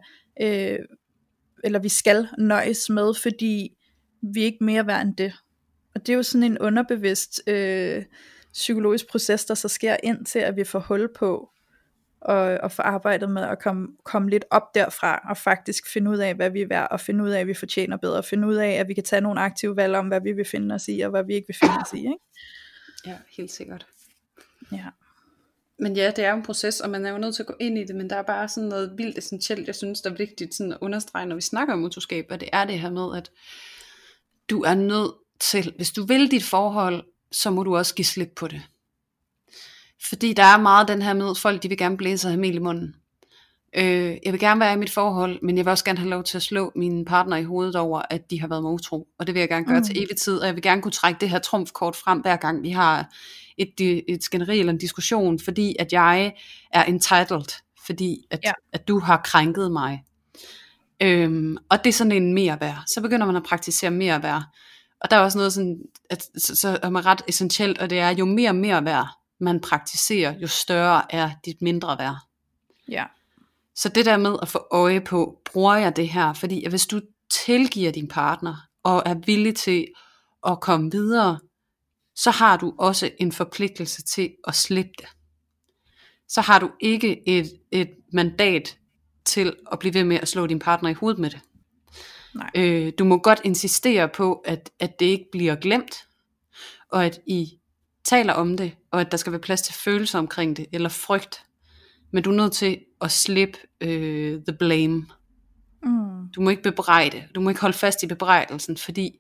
eller vi skal nøjes med, fordi vi er ikke mere værd end det. Og det er jo sådan en underbevidst psykologisk proces, der så sker ind til, at vi får hul på og få arbejdet med at komme lidt op derfra, og faktisk finde ud af, hvad vi er værd, og finde ud af, at vi fortjener bedre, og finde ud af, at vi kan tage nogle aktive valg om, hvad vi vil finde os i, og hvad vi ikke vil finde os i, ikke? Ja, helt sikkert. Ja. Men ja, det er jo en proces, og man er jo nødt til at gå ind i det, men der er bare sådan noget vildt essentielt, jeg synes, der er vigtigt sådan at understrege, når vi snakker om utroskab, og det er det her med, at du er nødt til, hvis du vil dit forhold, så må du også give slip på det. Fordi der er meget den her med, folk de vil gerne blæse og have mel i munden. Jeg vil gerne være i mit forhold, men jeg vil også gerne have lov til at slå mine partner i hovedet over, at de har været mig utro. Og det vil jeg gerne gøre til evig tid, og jeg vil gerne kunne trække det her trumfkort frem, hver gang vi har et skænderi eller en diskussion, fordi at jeg er entitled, fordi at du har krænket mig. Og det er sådan en merværd. Så begynder man at praktisere merværd. Og der er også noget sådan, at så er man ret essentielt, og det er, jo mere merværd man praktiserer, jo større er dit mindre værd. Ja. Så det der med at få øje på, bruger jeg det her? Fordi hvis du tilgiver din partner, og er villig til at komme videre, så har du også en forpligtelse til at slippe det. Så har du ikke et mandat til at blive ved med at slå din partner i hovedet med det. Nej. Du må godt insistere på, at det ikke bliver glemt, og at I taler om det, og at der skal være plads til følelser omkring det, eller frygt. Men du er nødt til at slippe the blame. Du må ikke bebrejde, du må ikke holde fast i bebrejdelsen, fordi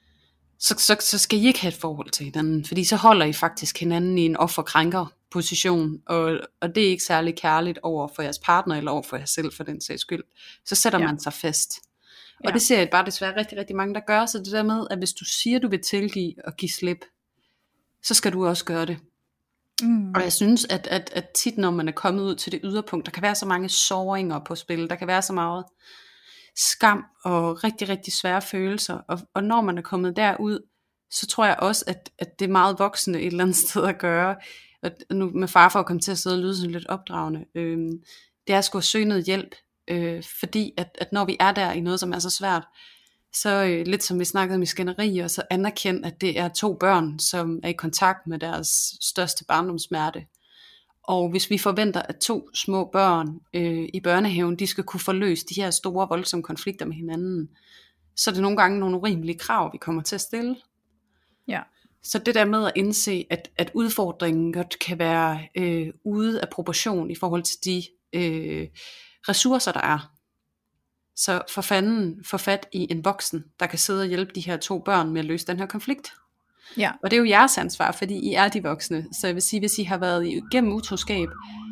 så skal I ikke have et forhold til hinanden, fordi så holder I faktisk hinanden i en offer-krænker position, og det er ikke særlig kærligt over for jeres partner, eller over for jer selv for den sags skyld. Så sætter man sig fast. Og det ser jeg bare desværre rigtig, rigtig mange, der gør, så det der med, at hvis du siger, du vil tilgive og give slip, så skal du også gøre det. Og jeg synes, at tit, når man er kommet ud til det yderpunkt, der kan være så mange såringer på spil, der kan være så meget skam og rigtig, rigtig svære følelser, og når man er kommet derud, så tror jeg også, at det er meget voksende et eller andet sted at gøre, og nu med far for at komme til at sidde og lyde sådan lidt opdragende, det er at skulle søge noget hjælp, fordi at når vi er der i noget, som er så svært, så lidt som vi snakkede om i skænderi, og så anerkend, at det er 2 børn, som er i kontakt med deres største barndomssmerte. Og hvis vi forventer, at 2 små børn i børnehaven, de skal kunne forløse de her store, voldsomme konflikter med hinanden, så er det nogle gange nogle urimelige krav, vi kommer til at stille. Ja. Så det der med at indse, at udfordringen godt kan være ude af proportion i forhold til de ressourcer, der er. Så for fanden, få fat i en voksen, der kan sidde og hjælpe de her 2 børn med at løse den her konflikt. Ja. Og det er jo jeres ansvar, fordi I er de voksne. Så jeg vil sige, hvis I har været igennem utroskab,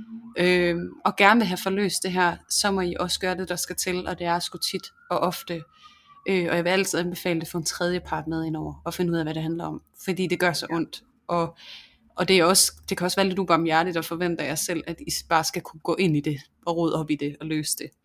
og gerne vil have forløst det her, så må I også gøre det, der skal til, og det er sgu tit og ofte. Og jeg vil altid anbefale det for en tredje part med indover, og finde ud af, hvad det handler om. Fordi det gør så ondt, Og det kan også være lidt ubarmhjertigt at forvente af jer selv, at I bare skal kunne gå ind i det, og rode op i det, og løse det.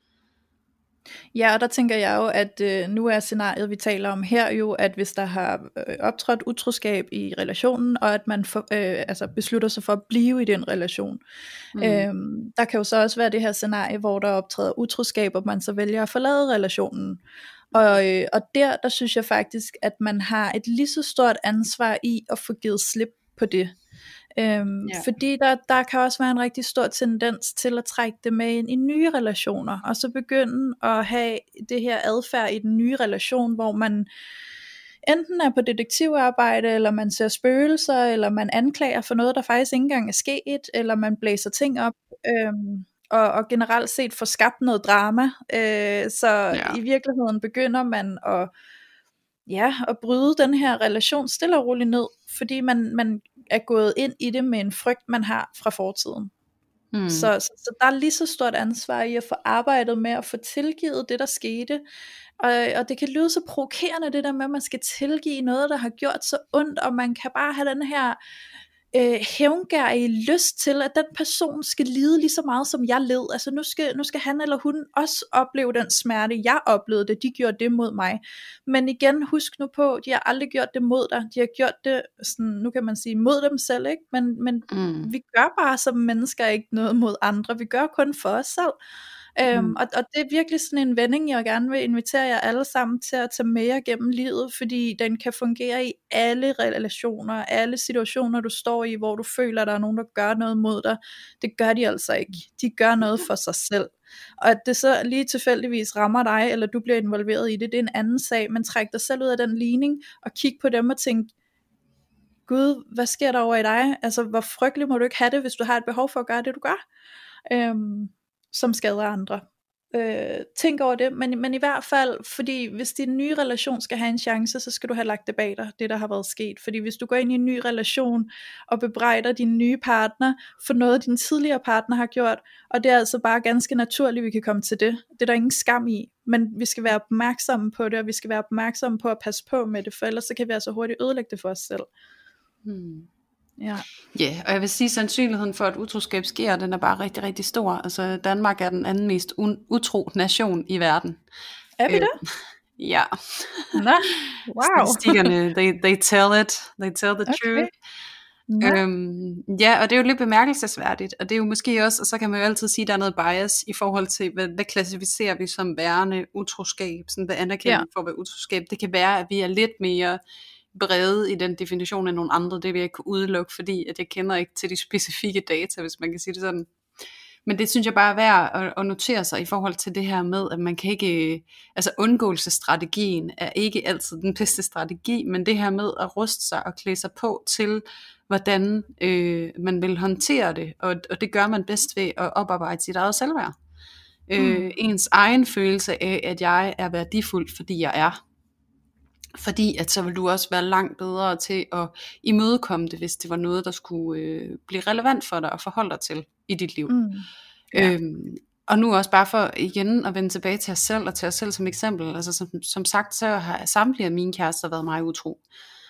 Ja, og der tænker jeg jo, at nu er scenariet, vi taler om her jo, at hvis der har optrådt utroskab i relationen, og at man beslutter sig for at blive i den relation. Der kan jo så også være det her scenarie, hvor der optræder utroskab, og man så vælger at forlade relationen. Og der synes jeg faktisk, at man har et lige så stort ansvar i at få givet slip på det. Fordi der kan også være en rigtig stor tendens til at trække det med ind i nye relationer, og så begynde at have det her adfærd i den nye relation, hvor man enten er på detektivarbejde, eller man ser spøgelser, eller man anklager for noget, der faktisk ikke engang er sket, eller man blæser ting op, og generelt set får skabt noget drama. I virkeligheden begynder man at bryde den her relation stille og roligt ned, fordi man er gået ind i det med en frygt, man har fra fortiden. Så der er lige så stort ansvar i at få arbejdet med at få tilgivet det, der skete. Og det kan lyde så provokerende, det der med, at man skal tilgive noget, der har gjort så ondt, og man kan bare have den her hævngærige lyst til, at den person skal lide lige så meget, som jeg led. Altså nu skal han eller hun også opleve den smerte, jeg oplevede, da de gjorde det mod mig. Men igen, husk nu på, de har aldrig gjort det mod dig. De har gjort det, sådan, nu kan man sige, mod dem selv, ikke? Men vi gør bare som mennesker ikke noget mod andre. Vi gør kun for os selv. Og det er virkelig sådan en vending, jeg gerne vil invitere jer alle sammen til at tage med jer gennem livet, fordi den kan fungere i alle relationer, alle situationer, du står i, hvor du føler, at der er nogen, der gør noget mod dig. Det gør de altså ikke. De gør noget for sig selv. Og at det så lige tilfældigvis rammer dig, eller du bliver involveret i det, det er en anden sag. Men træk dig selv ud af den ligning, og kig på dem og tænk, Gud, hvad sker der over i dig? Altså, hvor frygtelig må du ikke have det, hvis du har et behov for at gøre det, du gør? Som skader andre. Tænk over det, men i hvert fald, fordi hvis din nye relation skal have en chance, så skal du have lagt det bag dig, det der har været sket. Fordi hvis du går ind i en ny relation og bebrejder din nye partner for noget, din tidligere partner har gjort, og det er altså bare ganske naturligt, vi kan komme til det. Det er der ingen skam i, men vi skal være opmærksomme på det, og vi skal være opmærksomme på at passe på med det, for ellers så kan vi altså hurtigt ødelægge det for os selv. Ja, og jeg vil sige, at sandsynligheden for, at utroskab sker, den er bare rigtig, rigtig stor. Altså, Danmark er den anden mest utro nation i verden. Er vi det? Ja. Nå, wow. Statistikkerne, they tell it. They tell the truth. Ja, og det er jo lidt bemærkelsesværdigt, og det er jo måske også, og så kan man jo altid sige, at der er noget bias i forhold til, hvad klassificerer vi som værende utroskab, sådan hvad anerkender for at være utroskab. Det kan være, at vi er lidt mere brede i den definition af nogle andre, det vil jeg ikke kunne udelukke, fordi at jeg kender ikke til de specifikke data, hvis man kan sige det sådan. Men det synes jeg bare er værd at notere sig i forhold til det her med, at man kan ikke, altså undgåelsesstrategien er ikke altid den bedste strategi, men det her med at ruste sig og klæde sig på til, hvordan man vil håndtere det, og det gør man bedst ved at oparbejde sit eget selvværd. Ens egen følelse af, at jeg er værdifuld, fordi jeg er. Fordi at så vil du også være langt bedre til at imødekomme det, hvis det var noget, der skulle blive relevant for dig og forholde dig til i dit liv. Og nu også bare for igen at vende tilbage til os selv, og til os selv som eksempel. Altså som sagt, så har samtlige af mine kærester været meget utro.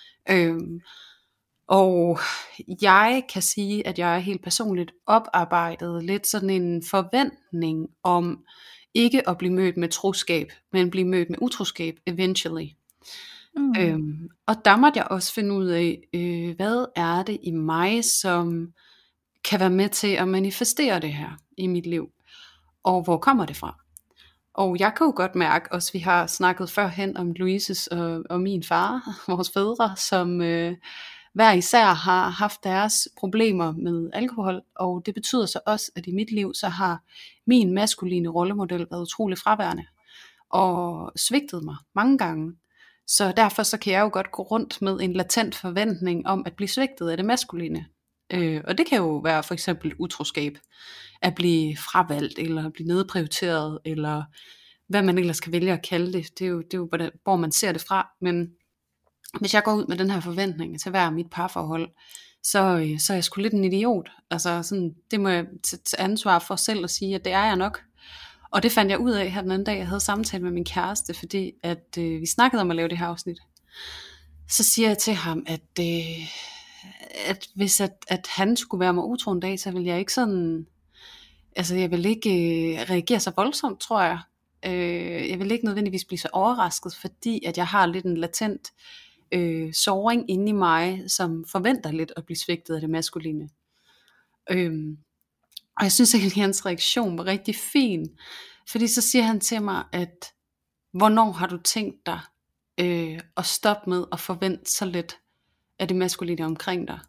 Og jeg kan sige, at jeg er helt personligt oparbejdet lidt sådan en forventning om ikke at blive mødt med troskab, men blive mødt med utroskab eventually. Og der måtte jeg også finde ud af, hvad er det i mig, som kan være med til at manifestere det her i mit liv, og hvor kommer det fra? Og jeg kan jo godt mærke, også vi har snakket førhen om Louises og min far, vores fædre, som hver især har haft deres problemer med alkohol, og det betyder så også, at i mit liv, så har min maskuline rollemodel været utrolig fraværende, og svigtet mig mange gange. Så derfor så kan jeg jo godt gå rundt med en latent forventning om at blive svigtet af det maskuline. Og det kan jo være for eksempel utroskab, at blive fravalgt, eller at blive nedprioriteret, eller hvad man ellers kan vælge at kalde det. Det er jo hvor man ser det fra. Men hvis jeg går ud med den her forventning til hver mit parforhold, så er jeg sgu lidt en idiot. Altså sådan, det må jeg tage ansvar for selv at sige, at det er jeg nok. Og det fandt jeg ud af her den anden dag, jeg havde samtale med min kæreste, fordi at vi snakkede om at lave det her afsnit. Så siger jeg til ham, at at hvis at han skulle være mig utro en dag, så ville jeg ikke sådan, altså jeg vil ikke reagere så voldsomt, tror jeg. Jeg vil ikke nødvendigvis blive så overrasket, fordi at jeg har lidt en latent såring inde i mig, som forventer lidt at blive svigtet af det maskuline. Og jeg synes egentlig, at hans reaktion var rigtig fin, fordi så siger han til mig, at hvornår har du tænkt dig at stoppe med at forvente så lidt af det maskuline omkring dig?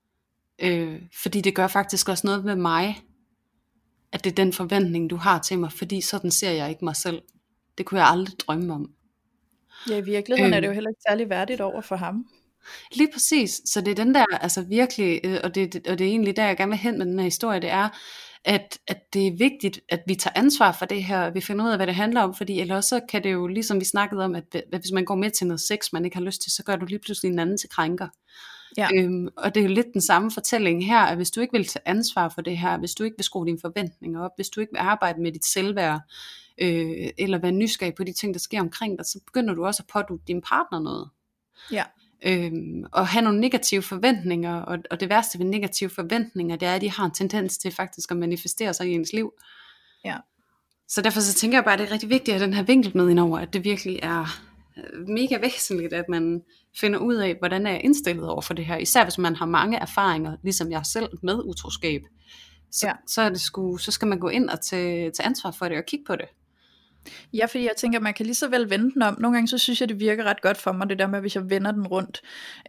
Fordi det gør faktisk også noget med mig, at det er den forventning, du har til mig, fordi sådan ser jeg ikke mig selv. Det kunne jeg aldrig drømme om. Ja, i virkeligheden er det jo heller ikke særlig værdigt over for ham. Lige præcis, så det er den der, altså virkelig, og det er egentlig der, jeg gerne vil hen med den her historie, det er, at det er vigtigt, at vi tager ansvar for det her, vi finder ud af, hvad det handler om, fordi ellers så kan det jo, ligesom vi snakkede om, at hvis man går med til noget sex, man ikke har lyst til, så gør du lige pludselig en anden til krænker. Ja. Og det er jo lidt den samme fortælling her, at hvis du ikke vil tage ansvar for det her, hvis du ikke vil skrue dine forventninger op, hvis du ikke vil arbejde med dit selvværd, eller være nysgerrig på de ting, der sker omkring dig, så begynder du også at pådutte din partner noget. Ja. Og have nogle negative forventninger, og det værste ved negative forventninger, det er, at de har en tendens til faktisk at manifestere sig i ens liv. Ja. Så derfor så tænker jeg bare, at det er rigtig vigtigt at den her vinkel med indover, at det virkelig er mega væsentligt, at man finder ud af, hvordan er jeg indstillet over for det her, især hvis man har mange erfaringer, ligesom jeg selv, med utroskab. Så er det så skal man gå ind og tage ansvar for det og kigge på det. Ja, fordi jeg tænker, man kan lige så vel vende den om. Nogle gange så synes jeg, det virker ret godt for mig, det der med, hvis jeg vender den rundt.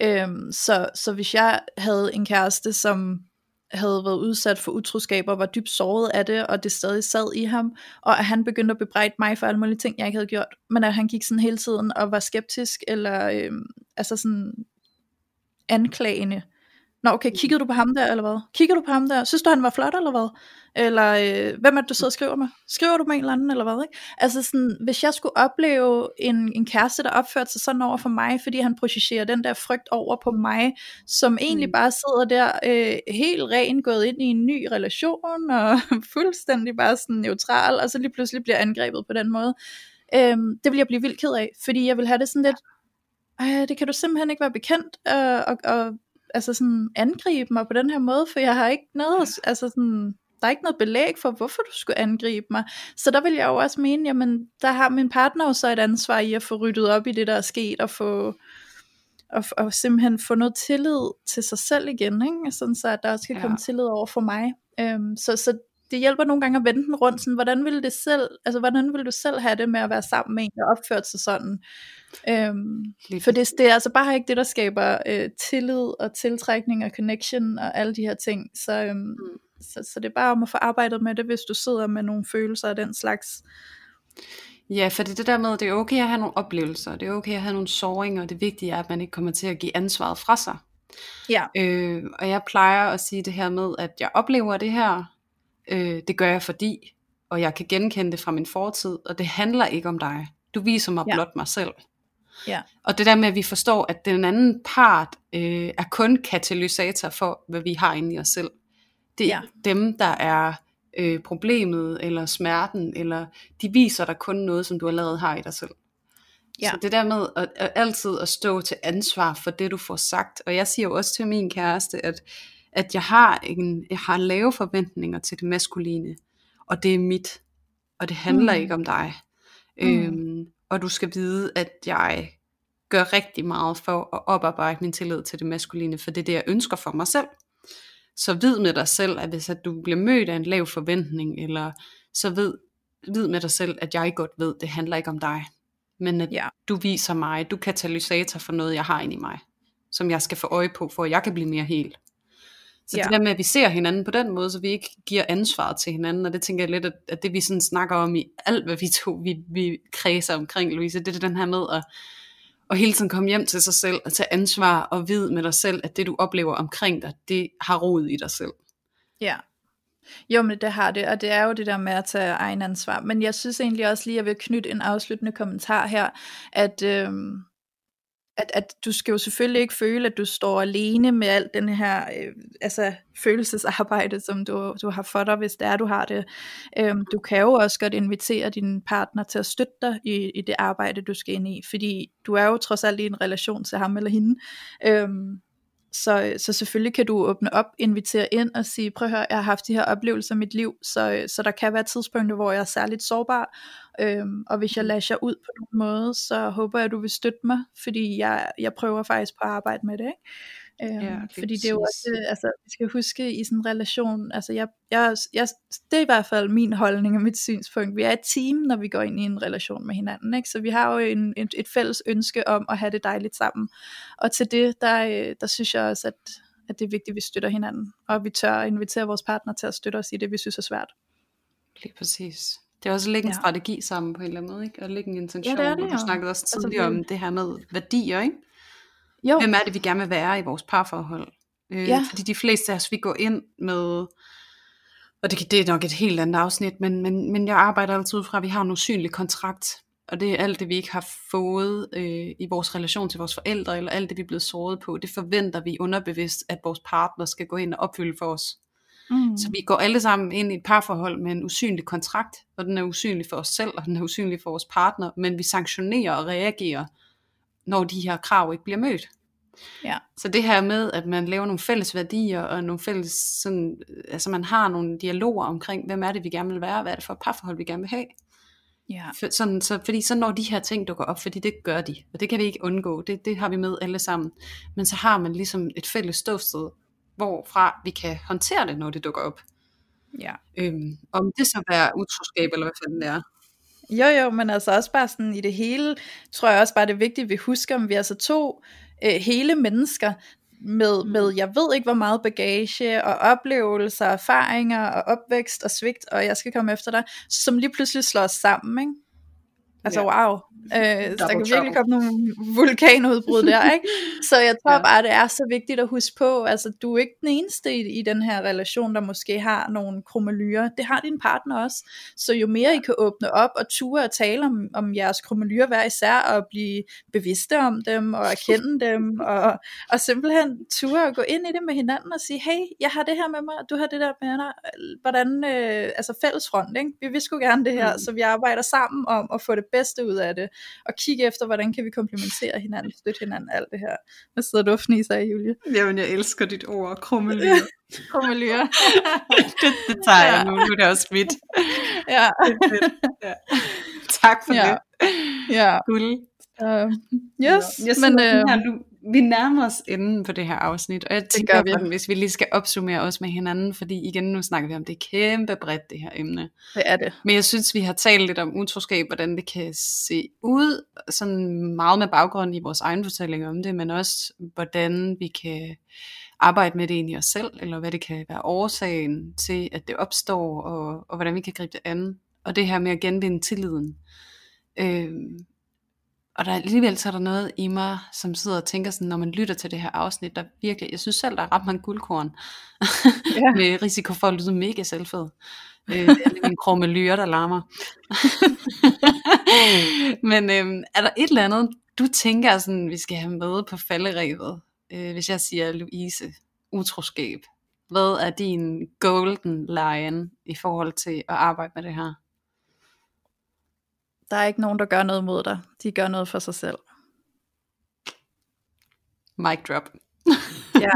Så hvis jeg havde en kæreste, som havde været udsat for utroskab og var dybt såret af det, og det stadig sad i ham, og at han begyndte at bebrejde mig for alle mulige ting, jeg ikke havde gjort, men at han gik sådan hele tiden og var skeptisk, eller altså sådan anklagende. Nå okay, kiggede du på ham der, eller hvad? Kigger du på ham der? Synes du, han var flot, eller hvad? Eller hvem er det, du sidder og skriver med? Skriver du med en eller anden, eller hvad? Ikke? Altså sådan, hvis jeg skulle opleve en kæreste, der opførte sig sådan over for mig, fordi han projicerer den der frygt over på mig, som egentlig bare sidder der helt ren, gået ind i en ny relation, og fuldstændig bare sådan neutral, og så lige pludselig bliver angrebet på den måde. Det vil jeg blive vildt ked af, fordi jeg vil have det sådan lidt, det kan du simpelthen ikke være bekendt, og altså sådan angribe mig på den her måde, for jeg har ikke noget, altså sådan, der er ikke noget belæg for, hvorfor du skulle angribe mig. Så der vil jeg jo også mene, jamen, der har min partner jo så et ansvar i at få ryddet op i det, der er sket, og simpelthen få noget tillid til sig selv igen, ikke? Sådan så at der også kan komme tillid over for mig. Så det hjælper nogle gange at vende den rundt, sådan, hvordan vil du selv have det med at være sammen med en, der opført sig sådan? For det er altså bare ikke det, der skaber tillid og tiltrækning og connection og alle de her ting. Så det er bare om at få arbejdet med det, hvis du sidder med nogle følelser af den slags. Ja, for det der med, det er okay at have nogle oplevelser, det er okay at have nogle såringer, og det vigtige er, at man ikke kommer til at give ansvaret fra sig. Ja. Og jeg plejer at sige det her med, at jeg oplever det her, det gør jeg fordi, og jeg kan genkende det fra min fortid, og det handler ikke om dig. Du viser mig blot mig selv. Ja. Og det der med, at vi forstår, at den anden part er kun katalysator for, hvad vi har inde i os selv. Det er dem, der er problemet, eller smerten, eller de viser dig kun noget, som du allerede har i dig selv. Ja. Så det der med at altid at stå til ansvar for det, du får sagt. Og jeg siger jo også til min kæreste, at jeg har lave forventninger til det maskuline, og det er mit, og det handler ikke om dig. Og du skal vide, at jeg gør rigtig meget for at oparbejde min tillid til det maskuline, for det er det, jeg ønsker for mig selv. Så vid med dig selv, at hvis at du bliver mødt af en lav forventning, eller så vid med dig selv, at jeg godt ved, det handler ikke om dig, men at du viser mig, du er katalysator for noget, jeg har inde i mig, som jeg skal få øje på, for at jeg kan blive mere hel. Så det der med, at vi ser hinanden på den måde, så vi ikke giver ansvaret til hinanden, og det tænker jeg lidt, at det vi sådan snakker om i alt, hvad vi kredser omkring, Louise, det er den her med at hele tiden komme hjem til sig selv, og tage ansvar, og vide med dig selv, at det du oplever omkring dig, det har rod i dig selv. Ja. Jo, men det har det, og det er jo det der med at tage egen ansvar. Men jeg synes egentlig også lige, at jeg vil knytte en afsluttende kommentar her, at du skal jo selvfølgelig ikke føle, at du står alene med alt den her følelsesarbejde, som du har for dig, hvis det er, du har det. Du kan jo også godt invitere din partner til at støtte dig i det arbejde, du skal ind i, fordi du er jo trods alt i en relation til ham eller hende. Så selvfølgelig kan du åbne op, invitere ind og sige, prøv at høre, jeg har haft de her oplevelser i mit liv, så der kan være tidspunkter, hvor jeg er særligt sårbar, og hvis jeg lasher ud på nogen måde, så håber jeg, at du vil støtte mig, fordi jeg prøver faktisk på at arbejde med det, ikke? Fordi det er jo også, altså vi skal huske i sådan en relation, altså det er i hvert fald min holdning og mit synspunkt, vi er et team, når vi går ind i en relation med hinanden, ikke? Så vi har jo et fælles ønske om at have det dejligt sammen, og til det, der synes jeg også, at det er vigtigt, at vi støtter hinanden, og vi tør invitere vores partner til at støtte os i det, vi synes er svært. Lige præcis. Det er også at lægge en strategi sammen på en eller anden måde, ikke? Og lægge en intention, det og du snakkede også tidligere om det her med værdier, ikke? Jo. Hvem er det, vi gerne vil være i vores parforhold? Fordi de fleste af os, vi går ind med, og det er nok et helt andet afsnit, men jeg arbejder altid ud fra, at vi har en usynlig kontrakt, og det er alt det, vi ikke har fået i vores relation til vores forældre, eller alt det, vi er blevet såret på, det forventer vi underbevidst, at vores partner skal gå ind og opfylde for os. Så vi går alle sammen ind i et parforhold med en usynlig kontrakt, og den er usynlig for os selv, og den er usynlig for vores partner, men vi sanktionerer og reagerer, når de her krav ikke bliver mødt. Ja. Så det her med, at man laver nogle fælles værdier, og nogle fælles, sådan, altså man har nogle dialoger omkring, hvem er det, vi gerne vil være, hvad er det for et parforhold, vi gerne vil have. Ja. Fordi så når de her ting dukker op, fordi det gør de, og det kan vi ikke undgå, det har vi med alle sammen. Men så har man ligesom et fælles ståsted, hvorfra vi kan håndtere det, når det dukker op. Ja. Om det så være utroskab, eller hvad fanden det er. Jo, men altså også bare sådan i det hele, tror jeg også bare det er vigtigt, at vi husker, om vi altså to hele mennesker med jeg ved ikke hvor meget bagage og oplevelser, erfaringer og opvækst og svigt, og jeg skal komme efter dig, som lige pludselig slår os sammen, ikke? Altså wow, der kan virkelig komme nogle vulkanudbrud der, ikke? Så jeg tror bare, det er så vigtigt at huske på, altså du er ikke den eneste i den her relation, der måske har nogle krumelyrer, det har din partner også, så jo mere I kan åbne op og ture og tale om jeres krumelyrer hver især, og blive bevidste om dem, og erkende dem, og simpelthen ture og gå ind i det med hinanden, og sige, hey, jeg har det her med mig, du har det der med dig, hvordan, altså fællesfront, ikke? Vi vil sgu gerne det her, så vi arbejder sammen om at få det bedste ud af det, og kigge efter, hvordan kan vi komplementere hinanden, støtte hinanden, alt det her. Hvad sidder du og fniser af, Julie? Jamen, jeg elsker dit ord, krumelyr. Krumelyr. det tager jeg nu er det også mit. Ja. Ja. Tak for det. Ja. Cool. Yes, men vi nærmer os enden på det her afsnit, og jeg tænker, hvis vi lige skal opsummere os med hinanden, fordi igen, nu snakker vi om, det er kæmpe bredt, det her emne. Det er det. Men jeg synes, vi har talt lidt om utroskab, hvordan det kan se ud, sådan meget med baggrund i vores egen fortælling om det, men også, hvordan vi kan arbejde med det ind i os selv, eller hvad det kan være årsagen til, at det opstår, og hvordan vi kan gribe det an. Og det her med at genvinde tilliden. Og der alligevel så er der noget i mig, som sidder og tænker sådan, når man lytter til det her afsnit, der virkelig, jeg synes selv, der er ret mange guldkorn, med risiko for at lyde mega selvfed. Det er min krumelyre, der larmer. Men er der et eller andet, du tænker sådan, vi skal have med på falderevet, hvis jeg siger Louise, utroskab? Hvad er din golden lion i forhold til at arbejde med det her? Der er ikke nogen, der gør noget mod dig. De gør noget for sig selv. Mic drop. Ja.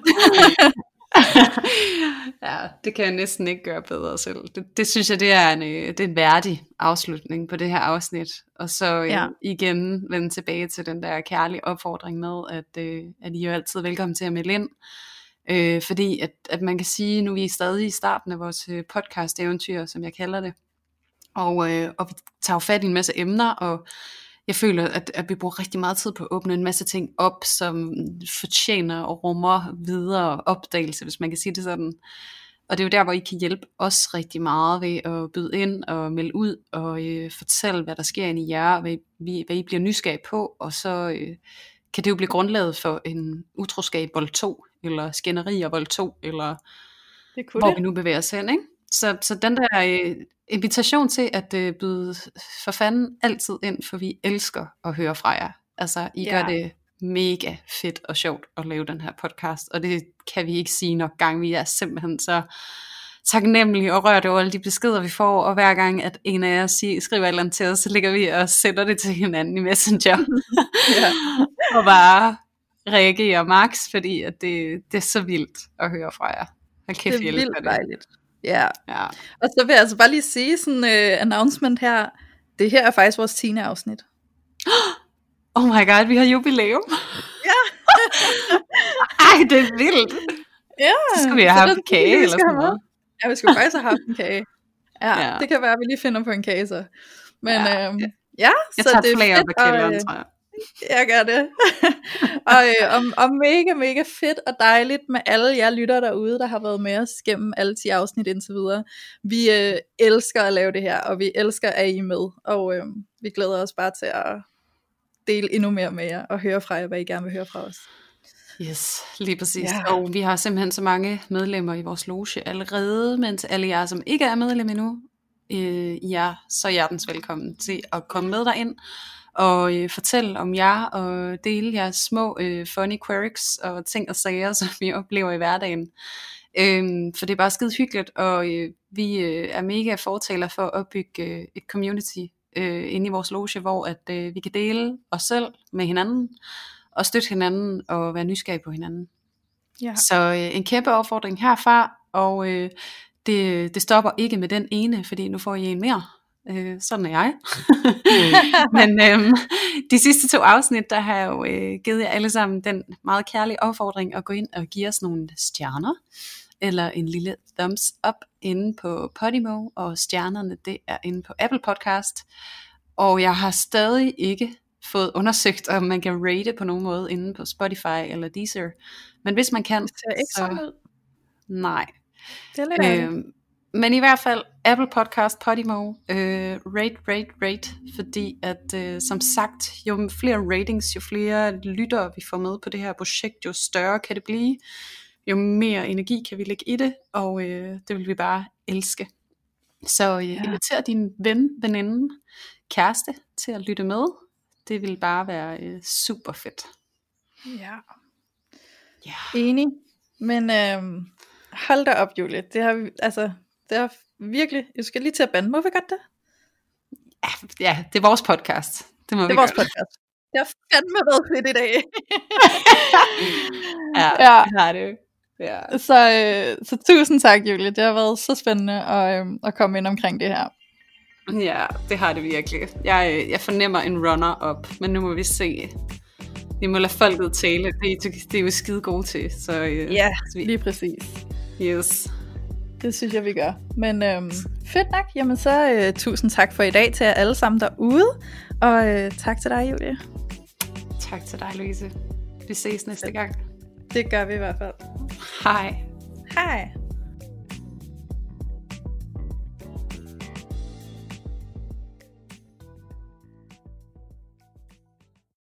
Ja, det kan jeg næsten ikke gøre bedre selv. Det synes jeg, det er en værdig afslutning på det her afsnit. Og så igen vende tilbage til den der kærlige opfordring med, at I er jo altid velkommen til at melde ind. Fordi at man kan sige, nu er vi stadig i starten af vores podcast eventyr, som jeg kalder det. Og vi tager jo fat i en masse emner, og jeg føler, at vi bruger rigtig meget tid på at åbne en masse ting op, som fortjener og rummer videre opdagelse, hvis man kan sige det sådan. Og det er jo der, hvor I kan hjælpe os rigtig meget ved at byde ind og melde ud, og fortælle, hvad der sker inde i jer, hvad I bliver nysgerrige på, og så kan det jo blive grundlaget for en utroskab vold 2, eller skænderier vold 2, eller hvor vi nu bevæger os hen, ikke? Så den der invitation til at byde for fanden altid ind, for vi elsker at høre fra jer. Altså, I gør det mega fedt og sjovt at lave den her podcast, og det kan vi ikke sige nok gange. Vi er simpelthen så taknemmelige og rørt over alle de beskeder, vi får, og hver gang, at en af jer skriver et eller andet til os, så ligger vi og sender det til hinanden i Messenger. Og bare reagere max, fordi at det er så vildt at høre fra jer. Hold kæft, Det er vildt dejligt. Ja. Ja. Og så vil jeg altså bare lige sige sådan announcement her. Det her er faktisk vores 10. afsnit. Oh my god, vi har jubilæum. Ja. Ej, det er vildt. Ja. Så skal vi have haft en kage eller sådan noget. Ja, vi skulle faktisk have haft en kage. Ja, det kan være, at vi lige finder på en kage så. Men ja, jeg så tager det er flere fedt, op af kælderen, tror jeg. Jeg gør det. og mega, mega fedt og dejligt med alle jer lyttere derude, der har været med os gennem alle 10 afsnit indtil videre. Vi elsker at lave det her, og vi elsker, at I er med. Og vi glæder os bare til at dele endnu mere med jer, og høre fra jer, hvad I gerne vil høre fra os. Yes, lige præcis. Ja. Og vi har simpelthen så mange medlemmer i vores loge allerede, men til alle jer, som ikke er medlem endnu, I er så hjertens velkommen til at komme med derind og fortælle om jer og dele jeres små funny quirks og ting og sager, som vi oplever i hverdagen. For det er bare skide hyggeligt, og vi er mega fortaler for at opbygge et community inde i vores loge, hvor at vi kan dele os selv med hinanden og støtte hinanden og være nysgerrige på hinanden. Ja. Så en kæmpe opfordring herfra, og det stopper ikke med den ene, fordi nu får I en mere. Sådan er jeg. Men de sidste 2 afsnit, der har jeg jo givet jer alle sammen den meget kærlige opfordring at gå ind og give os nogle stjerner, eller en lille thumbs up inde på Podimo, og stjernerne det er inde på Apple Podcast. Og jeg har stadig ikke fået undersøgt, om man kan rate på nogen måde inde på Spotify eller Deezer. Men hvis man kan, det ser ikke sådan ud. Nej. Det er men i hvert fald Apple Podcast, Podimo, rate, fordi at som sagt, jo flere ratings, jo flere lyttere vi får med på det her projekt, jo større kan det blive, jo mere energi kan vi lægge i det, og det vil vi bare elske. Så inviter din ven, veninde, kæreste til at lytte med. Det vil bare være super fedt. Ja. Enig. Men hold da op, Julie. Det har virkelig. Jeg skal lige til at bande. Må vi godt det? Ja, det er vores podcast. Det er vores podcast. Det har fandme været fedt i dag. ja, det har det. Ja. Så tusind tak, Julie. Det har været så spændende at komme ind omkring det her. Ja, det har det virkelig. Jeg fornemmer en runner-up, men nu må vi se. Vi må lade folket tale. Det er jo skide gode til. Så, ja, lige præcis. Yes. Det synes jeg, vi gør. Men fedt nok. Jamen så tusind tak for i dag til jer alle sammen derude. Og tak til dig, Julie. Tak til dig, Louise. Vi ses næste gang. Det gør vi i hvert fald. Hej. Hej.